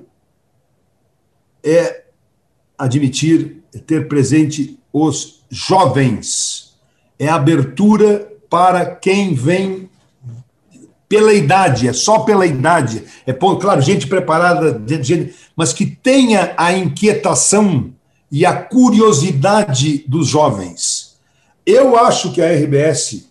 S3: é admitir, ter presente os jovens. É abertura para quem vem pela idade, é só pela idade. Claro, gente preparada, mas que tenha a inquietação e a curiosidade dos jovens. Eu acho que a RBS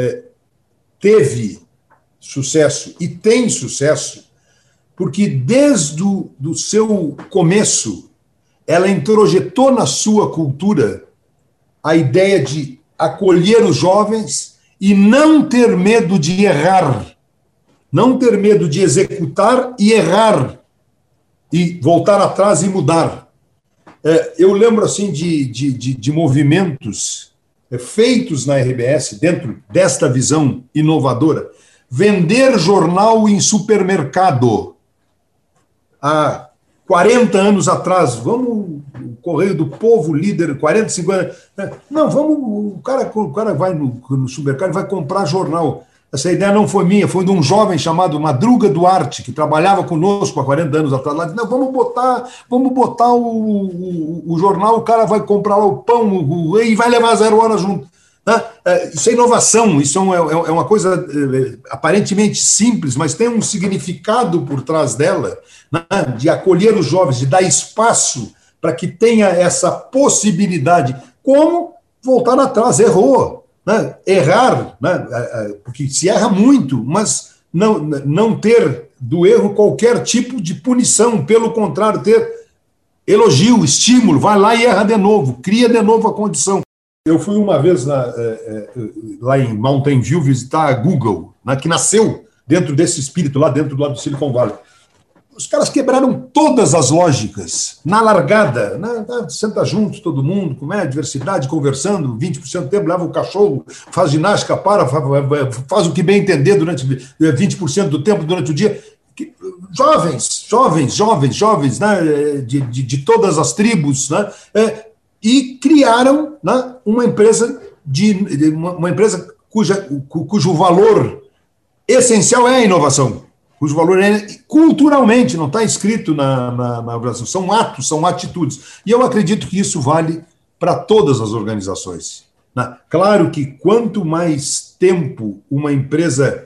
S3: teve sucesso e tem sucesso porque desde o seu começo ela introjetou na sua cultura a ideia de acolher os jovens e não ter medo de errar, não ter medo de executar e errar e voltar atrás e mudar. Eu lembro assim de movimentos feitos na RBS dentro desta visão inovadora. Vender jornal em supermercado. Há 40 anos atrás, o Correio do Povo, líder, 40, 50... Não, o cara vai no supermercado e vai comprar jornal. Essa ideia não foi minha, foi de um jovem chamado Madruga Duarte, que trabalhava conosco há 40 anos atrás. Lá disse, não, vamos botar o jornal, o cara vai comprar o pão e vai levar 0 horas junto. Isso é inovação, isso é uma coisa aparentemente simples, mas tem um significado por trás dela, né, de acolher os jovens, de dar espaço para que tenha essa possibilidade. Como voltar atrás? Errou. Né? Errar, né? Porque se erra muito, mas não ter do erro qualquer tipo de punição, pelo contrário, ter elogio, estímulo, vai lá e erra de novo, cria de novo a condição. Eu fui uma vez lá em Mountain View visitar a Google, né, que nasceu dentro desse espírito, lá dentro do Silicon Valley. Os caras quebraram todas as lógicas, na largada, né? Senta junto todo mundo, com diversidade, conversando, 20% do tempo, leva o cachorro, faz ginástica, faz o que bem entender durante 20% do tempo durante o dia. Jovens, né? de todas as tribos, né? E criaram, né, uma empresa cujo valor essencial é a inovação. Cujo valor é culturalmente, não está escrito na organização, são atos, são atitudes. E eu acredito que isso vale para todas as organizações. Claro que quanto mais tempo uma empresa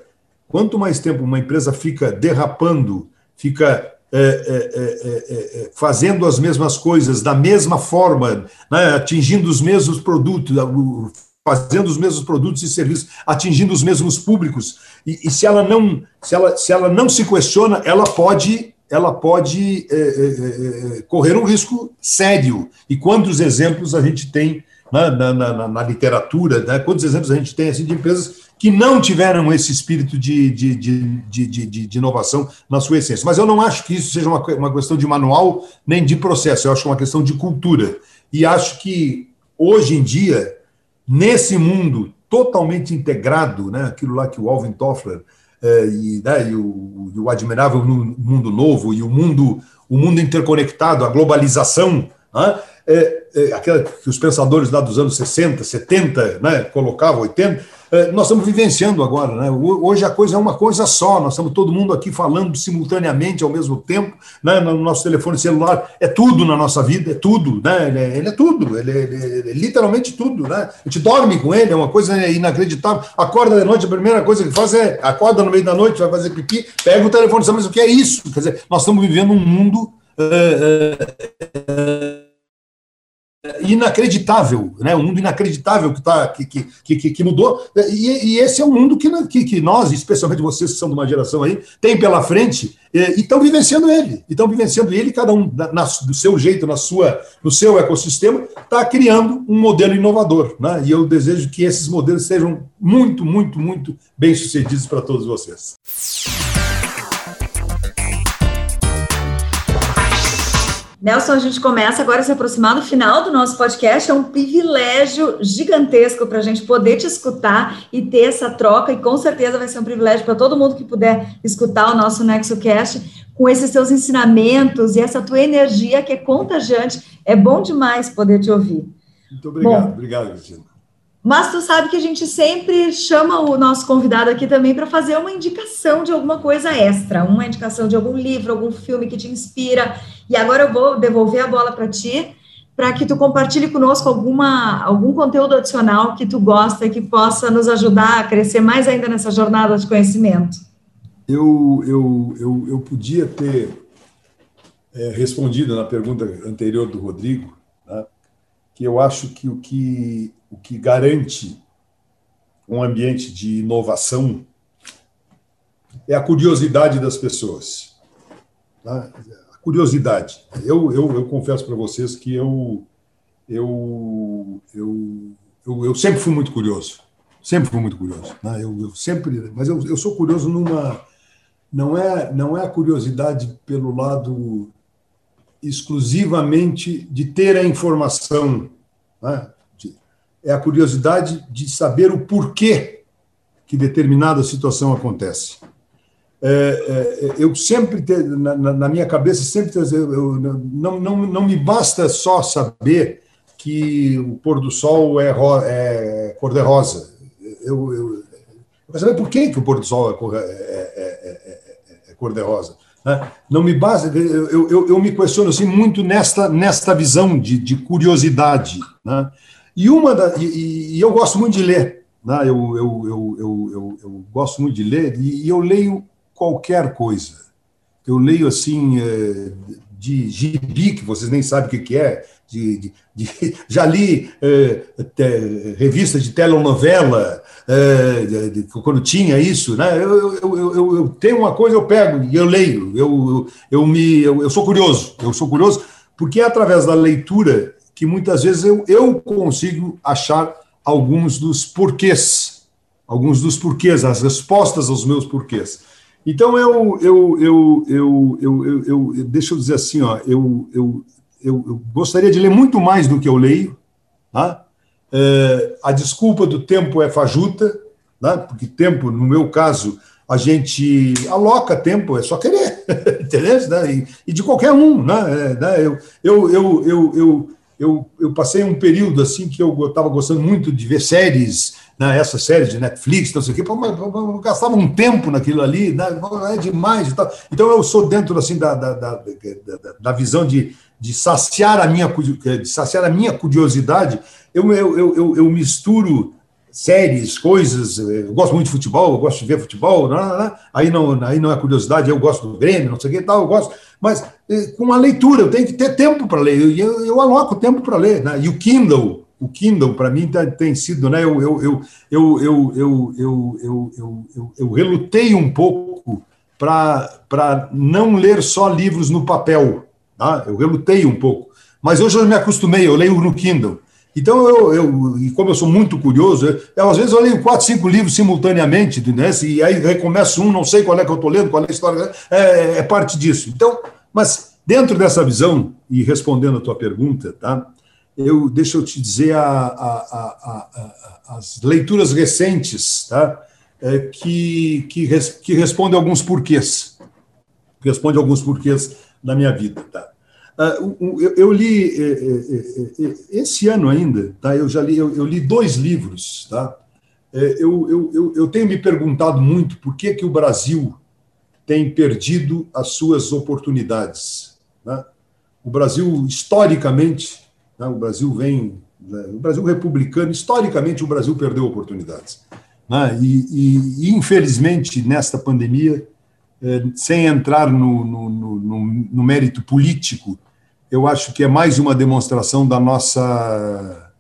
S3: fica derrapando, fica fazendo as mesmas coisas da mesma forma, né, atingindo os mesmos produtos, fazendo os mesmos produtos e serviços, atingindo os mesmos públicos, e se ela não se questiona, ela pode correr um risco sério. E quantos exemplos a gente tem né, na literatura, né? Quantos exemplos a gente tem assim, de empresas que não tiveram esse espírito de inovação na sua essência. Mas eu não acho que isso seja uma questão de manual nem de processo, eu acho que é uma questão de cultura. E acho que, hoje em dia, nesse mundo totalmente integrado, né, aquilo lá que o Alvin Toffler e o admirável mundo novo e o mundo interconectado, a globalização, né, aquela que os pensadores lá dos anos 60, 70, né, colocavam, 80, nós estamos vivenciando agora, né? Hoje a coisa é uma coisa só, nós estamos todo mundo aqui falando simultaneamente ao mesmo tempo, né? No nosso telefone celular, é tudo na nossa vida, é tudo, né? Ele é tudo, ele é literalmente tudo, né? A gente dorme com ele, é uma coisa inacreditável, acorda de noite, a primeira coisa que faz é, acorda no meio da noite, vai fazer pipi, pega o telefone, mas o que é isso? Quer dizer, nós estamos vivendo um mundo inacreditável, né? Um mundo inacreditável que mudou, e esse é um mundo que nós, especialmente vocês que são de uma geração aí, tem pela frente e estão vivenciando ele, cada um do seu jeito, no seu ecossistema, está criando um modelo inovador, né? E eu desejo que esses modelos sejam muito, muito, muito bem sucedidos para todos vocês.
S2: Nelson, a gente começa agora a se aproximar do final do nosso podcast. É um privilégio gigantesco para a gente poder te escutar e ter essa troca, e com certeza vai ser um privilégio para todo mundo que puder escutar o nosso NexoCast com esses seus ensinamentos e essa tua energia que é contagiante. É bom demais poder te ouvir.
S3: Muito obrigado. Obrigado, Cristina.
S2: Mas tu sabe que a gente sempre chama o nosso convidado aqui também para fazer uma indicação de alguma coisa extra, uma indicação de algum livro, algum filme que te inspira. E agora eu vou devolver a bola para ti, para que tu compartilhe conosco algum conteúdo adicional que tu gosta e que possa nos ajudar a crescer mais ainda nessa jornada de conhecimento.
S3: Eu podia ter respondido na pergunta anterior do Rodrigo, né, que eu acho que o que garante um ambiente de inovação é a curiosidade das pessoas. Tá? A curiosidade. Eu confesso para vocês que eu sempre fui muito curioso. Sempre fui muito curioso. Né? Mas eu sou curioso não é a curiosidade pelo lado exclusivamente de ter a informação, né? É a curiosidade de saber o porquê que determinada situação acontece. Eu sempre, na minha cabeça, não me basta só saber que o pôr do sol é cor-de-rosa. Eu quero saber por que o pôr do sol é cor-de-rosa. Né? Não me basta, eu me questiono assim, muito nesta visão de curiosidade, né? E eu gosto muito de ler, né? Eu gosto muito de ler e eu leio qualquer coisa. Eu leio assim de gibi, que vocês nem sabem o que é. Já li revista de telenovela, quando tinha isso, né? Eu tenho uma coisa, eu pego e eu leio. Eu sou curioso. Eu sou curioso porque é através da leitura que muitas vezes eu consigo achar alguns dos porquês, as respostas aos meus porquês. Então, deixa eu dizer assim, ó, eu gostaria de ler muito mais do que eu leio, tá? A desculpa do tempo é fajuta, né? Porque tempo, no meu caso, a gente aloca tempo, é só querer, entendeu? Né? E de qualquer um, né? Eu passei um período assim que eu estava gostando muito de ver séries, né, essas séries de Netflix, não sei o quê, eu gastava um tempo naquilo ali, né, é demais e tal. Então eu sou dentro assim da visão de saciar a minha curiosidade. Eu misturo séries, coisas. Eu gosto muito de futebol, eu gosto de ver futebol, aí não é curiosidade, eu gosto do Grêmio, não sei o que e tal, eu gosto. Mas com a leitura, eu tenho que ter tempo para ler, eu aloco tempo para ler, né? E o Kindle para mim tem sido, né? Eu relutei um pouco para não ler só livros no papel, tá? Eu relutei um pouco, mas hoje eu me acostumei, eu leio no Kindle. Então, e como eu sou muito curioso, às vezes eu leio 4, 5 livros simultaneamente, né? E aí recomeço não sei qual é que eu estou lendo, qual é a história, é parte disso. Então, mas dentro dessa visão, e respondendo a tua pergunta, tá? Deixa eu te dizer as leituras recentes, tá? Que respondem alguns porquês. Responde alguns porquês da minha vida, tá? Eu li esse ano ainda, tá? Eu li 2 livros, tá? Eu tenho me perguntado muito por que o Brasil tem perdido as suas oportunidades, né? O Brasil, historicamente, né? O Brasil republicano, historicamente, o Brasil perdeu oportunidades, né? E infelizmente, nesta pandemia, sem entrar no mérito político, eu acho que é mais uma demonstração da nossa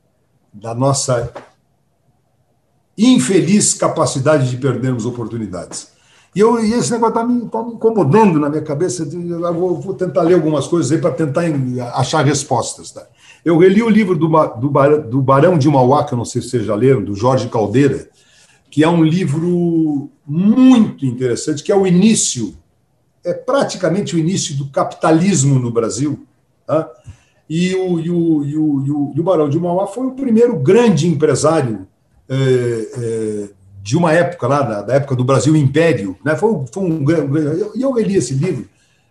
S3: infeliz capacidade de perdermos oportunidades. E esse negócio está me incomodando na minha cabeça. Eu vou tentar ler algumas coisas aí para tentar achar respostas. Tá? Eu reli o livro do Barão de Mauá, que eu não sei se vocês já leram, do Jorge Caldeira, que é um livro muito interessante, que é o início, praticamente o início do capitalismo no Brasil. Tá? E o Barão de Mauá foi o primeiro grande empresário de uma época lá, da época do Brasil Império. Né? Foi um grande. E eu reli esse livro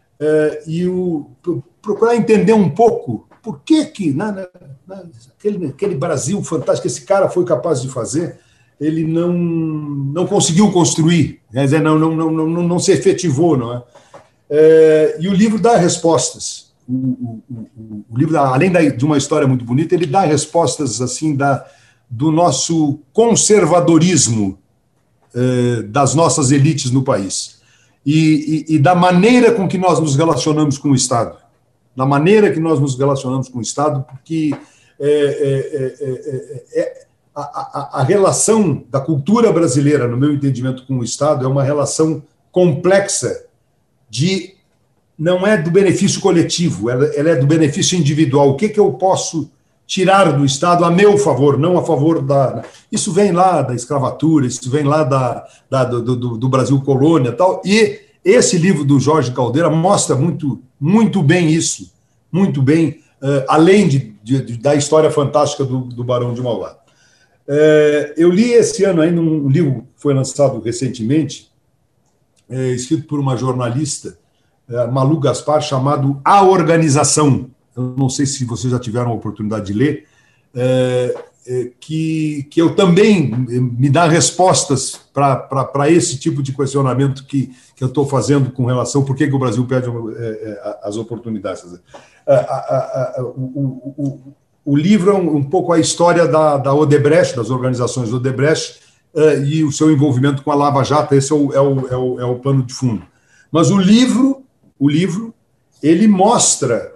S3: procurar entender um pouco por que aquele Brasil fantástico que esse cara foi capaz de fazer, ele não conseguiu construir, quer dizer, não se efetivou. Não é? E o livro dá respostas. O livro, além de uma história muito bonita, ele dá respostas assim do nosso conservadorismo das nossas elites no país e da maneira com que nós nos relacionamos com o Estado. Da maneira que nós nos relacionamos com o Estado, porque a relação da cultura brasileira, no meu entendimento, com o Estado é uma relação complexa não é do benefício coletivo, ela é do benefício individual. O que eu posso tirar do Estado a meu favor, não a favor da... Isso vem lá da escravatura, isso vem lá do Brasil colônia e tal, e esse livro do Jorge Caldeira mostra muito, muito bem isso, muito bem, além da história fantástica do Barão de Mauá. Eu li esse ano ainda um livro que foi lançado recentemente, escrito por uma jornalista, Malu Gaspar, chamado A Organização. Eu não sei se vocês já tiveram a oportunidade de ler, que eu também me dá respostas para esse tipo de questionamento que eu estou fazendo com relação a por que o Brasil perde as oportunidades. O livro é um pouco a história da Odebrecht, das organizações Odebrecht, e o seu envolvimento com a Lava Jato. Esse é o pano de fundo. Mas o livro ele mostra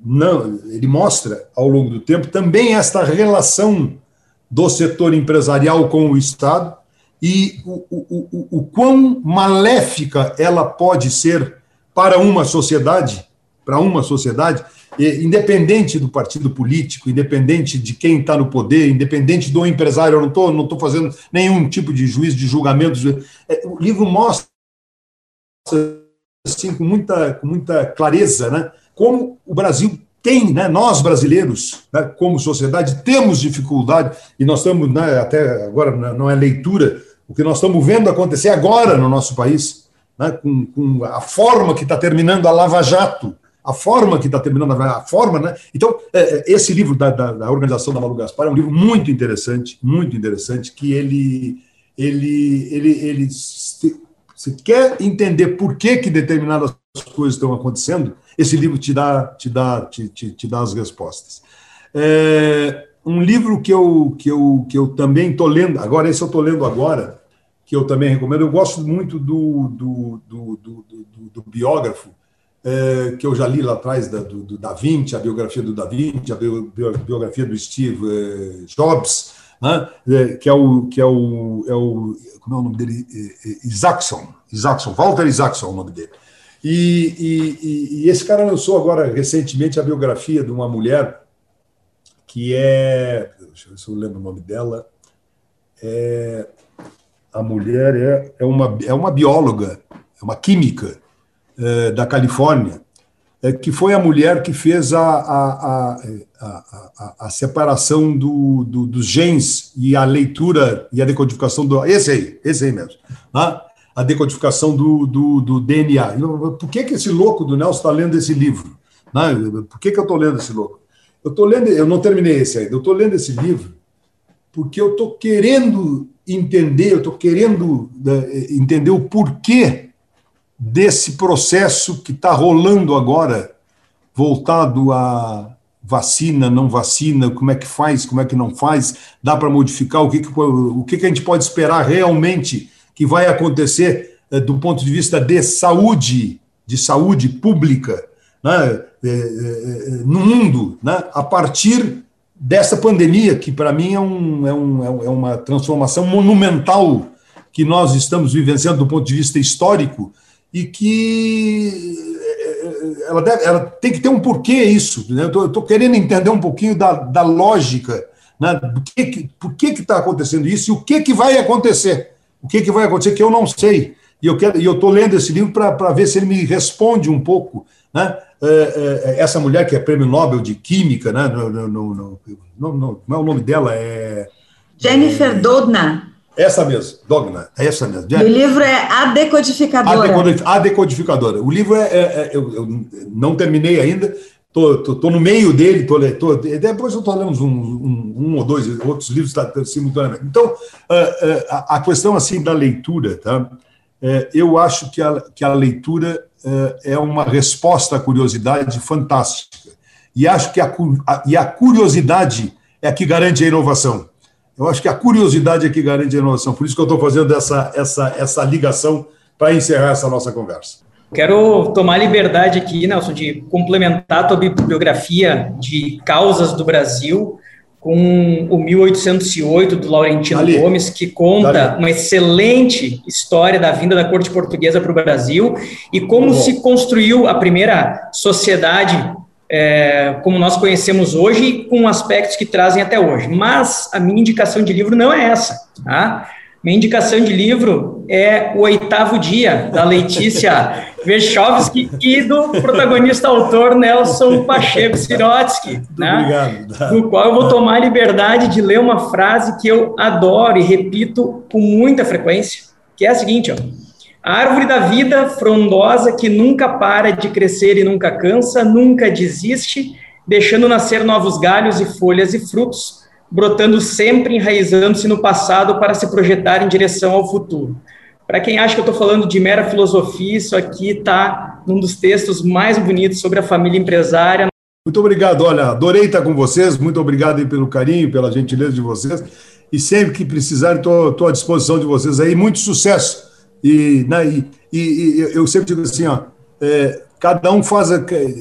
S3: ao longo do tempo também esta relação do setor empresarial com o Estado e o quão maléfica ela pode ser para uma sociedade, independente do partido político, independente de quem está no poder, independente do empresário. Eu não estou fazendo nenhum tipo de juízo, de julgamento. O livro mostra assim, com muita clareza, né, como o Brasil tem, né, nós brasileiros, né, como sociedade, temos dificuldade, e nós estamos, né, até agora não é leitura, o que nós estamos vendo acontecer agora no nosso país, né, com a forma que está terminando a Lava Jato, né? Então, esse livro da organização da Malu Gaspar é um livro muito interessante, que ele se quer entender por que determinadas coisas estão acontecendo, esse livro te dá as respostas. Um livro que eu também estou lendo, agora esse eu estou lendo agora, que eu também recomendo, eu gosto muito do biógrafo, que eu já li lá atrás, do Da Vinci, a biografia do Da Vinci, a biografia do Steve Jobs, né? que é o como é o nome dele? Isaacson, Walter Isaacson é o nome dele. E esse cara lançou agora recentemente a biografia de uma mulher que é... Deixa eu ver se eu lembro o nome dela. A mulher é uma bióloga, é uma química da Califórnia, que foi a mulher que fez a separação dos genes e a leitura e a decodificação do... Esse aí mesmo. Né? A decodificação do DNA. Por que esse louco do Nelson está lendo esse livro? Né? Por que eu estou lendo esse louco? Eu não terminei esse ainda. Eu estou lendo esse livro porque eu estou querendo entender o porquê desse processo que está rolando agora, voltado a vacina, não vacina, como é que faz, como é que não faz, dá para modificar, o que a gente pode esperar realmente que vai acontecer do ponto de vista de saúde pública, né, no mundo, né, a partir dessa pandemia, que para mim é uma transformação monumental que nós estamos vivenciando do ponto de vista histórico, e que ela tem que ter um porquê isso. Né? Eu estou querendo entender um pouquinho da lógica, né? Por que está acontecendo isso e o que vai acontecer. O que vai acontecer que eu não sei. E eu estou lendo esse livro para ver se ele me responde um pouco. Né? Essa mulher que é prêmio Nobel de Química, né? Não é o nome dela?
S2: Jennifer Doudna.
S3: Essa mesmo, Doudna, é essa mesmo.
S2: O livro é A Decodificadora.
S3: A Decodificadora. O livro eu não terminei ainda, estou no meio dele, depois eu estou lendo um ou dois outros livros simultaneamente. Então, a questão assim da leitura, tá? Eu acho que a leitura é uma resposta à curiosidade fantástica. E acho que a curiosidade é que garante a inovação. Eu acho que a curiosidade é que garante a inovação. Por isso que eu estou fazendo essa ligação para encerrar essa nossa conversa.
S6: Quero tomar liberdade aqui, Nelson, de complementar a tua bibliografia de causas do Brasil com o 1808, do Laurentino Gomes, que conta uma excelente história da vinda da corte portuguesa para o Brasil e como se construiu a primeira sociedade como nós conhecemos hoje, com aspectos que trazem até hoje. Mas a minha indicação de livro não é essa, tá? Minha indicação de livro é O Oitavo Dia, da Letícia Werschowski e do protagonista autor Nelson Pacheco Sirotsky, né? Obrigado. Do qual eu vou tomar a liberdade de ler uma frase que eu adoro e repito com muita frequência, que é a seguinte, ó: a árvore da vida, frondosa, que nunca para de crescer e nunca cansa, nunca desiste, deixando nascer novos galhos e folhas e frutos, brotando sempre, enraizando-se no passado para se projetar em direção ao futuro. Para quem acha que eu estou falando de mera filosofia, isso aqui está num dos textos mais bonitos sobre a família empresária.
S3: Muito obrigado, olha, adorei estar com vocês, muito obrigado aí pelo carinho, pela gentileza de vocês, e sempre que precisarem, estou à disposição de vocês aí, muito sucesso. E eu sempre digo assim, ó, cada um faz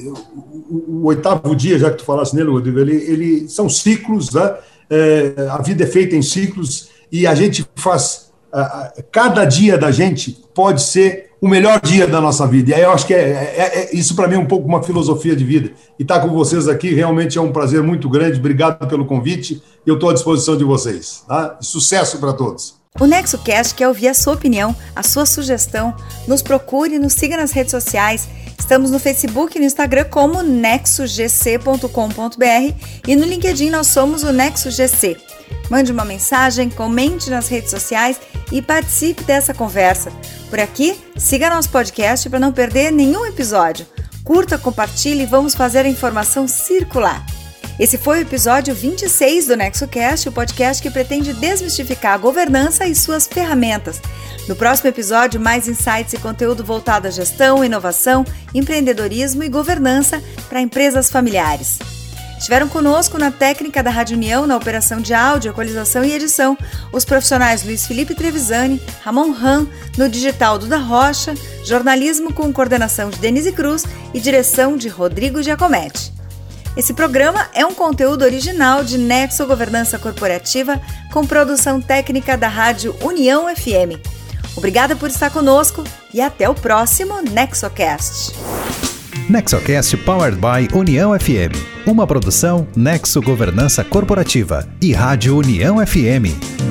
S3: o oitavo dia, já que tu falasse nele, Rodrigo, ele são ciclos, né? A vida é feita em ciclos e a gente faz, cada dia da gente pode ser o melhor dia da nossa vida. E aí eu acho que isso para mim é um pouco uma filosofia de vida. E estar com vocês aqui realmente é um prazer muito grande. Obrigado pelo convite. Eu estou à disposição de vocês. Tá? Sucesso para todos.
S2: O NexoCast quer ouvir a sua opinião, a sua sugestão. Nos procure, nos siga nas redes sociais. Estamos no Facebook e no Instagram como nexogc.com.br e no LinkedIn nós somos o NexoGC. Mande uma mensagem, comente nas redes sociais e participe dessa conversa. Por aqui, siga nosso podcast para não perder nenhum episódio. Curta, compartilhe e vamos fazer a informação circular. Esse foi o episódio 26 do NexoCast, o podcast que pretende desmistificar a governança e suas ferramentas. No próximo episódio, mais insights e conteúdo voltado à gestão, inovação, empreendedorismo e governança para empresas familiares. Estiveram conosco na técnica da Rádio União, na operação de áudio, equalização e edição, os profissionais Luiz Felipe Trevisani, Ramon Ram, no digital Duda Rocha, jornalismo com coordenação de Denise Cruz e direção de Rodrigo Giacometti. Esse programa é um conteúdo original de Nexo Governança Corporativa com produção técnica da Rádio União FM. Obrigada por estar conosco e até o próximo NexoCast.
S1: NexoCast Powered by União FM. Uma produção Nexo Governança Corporativa e Rádio União FM.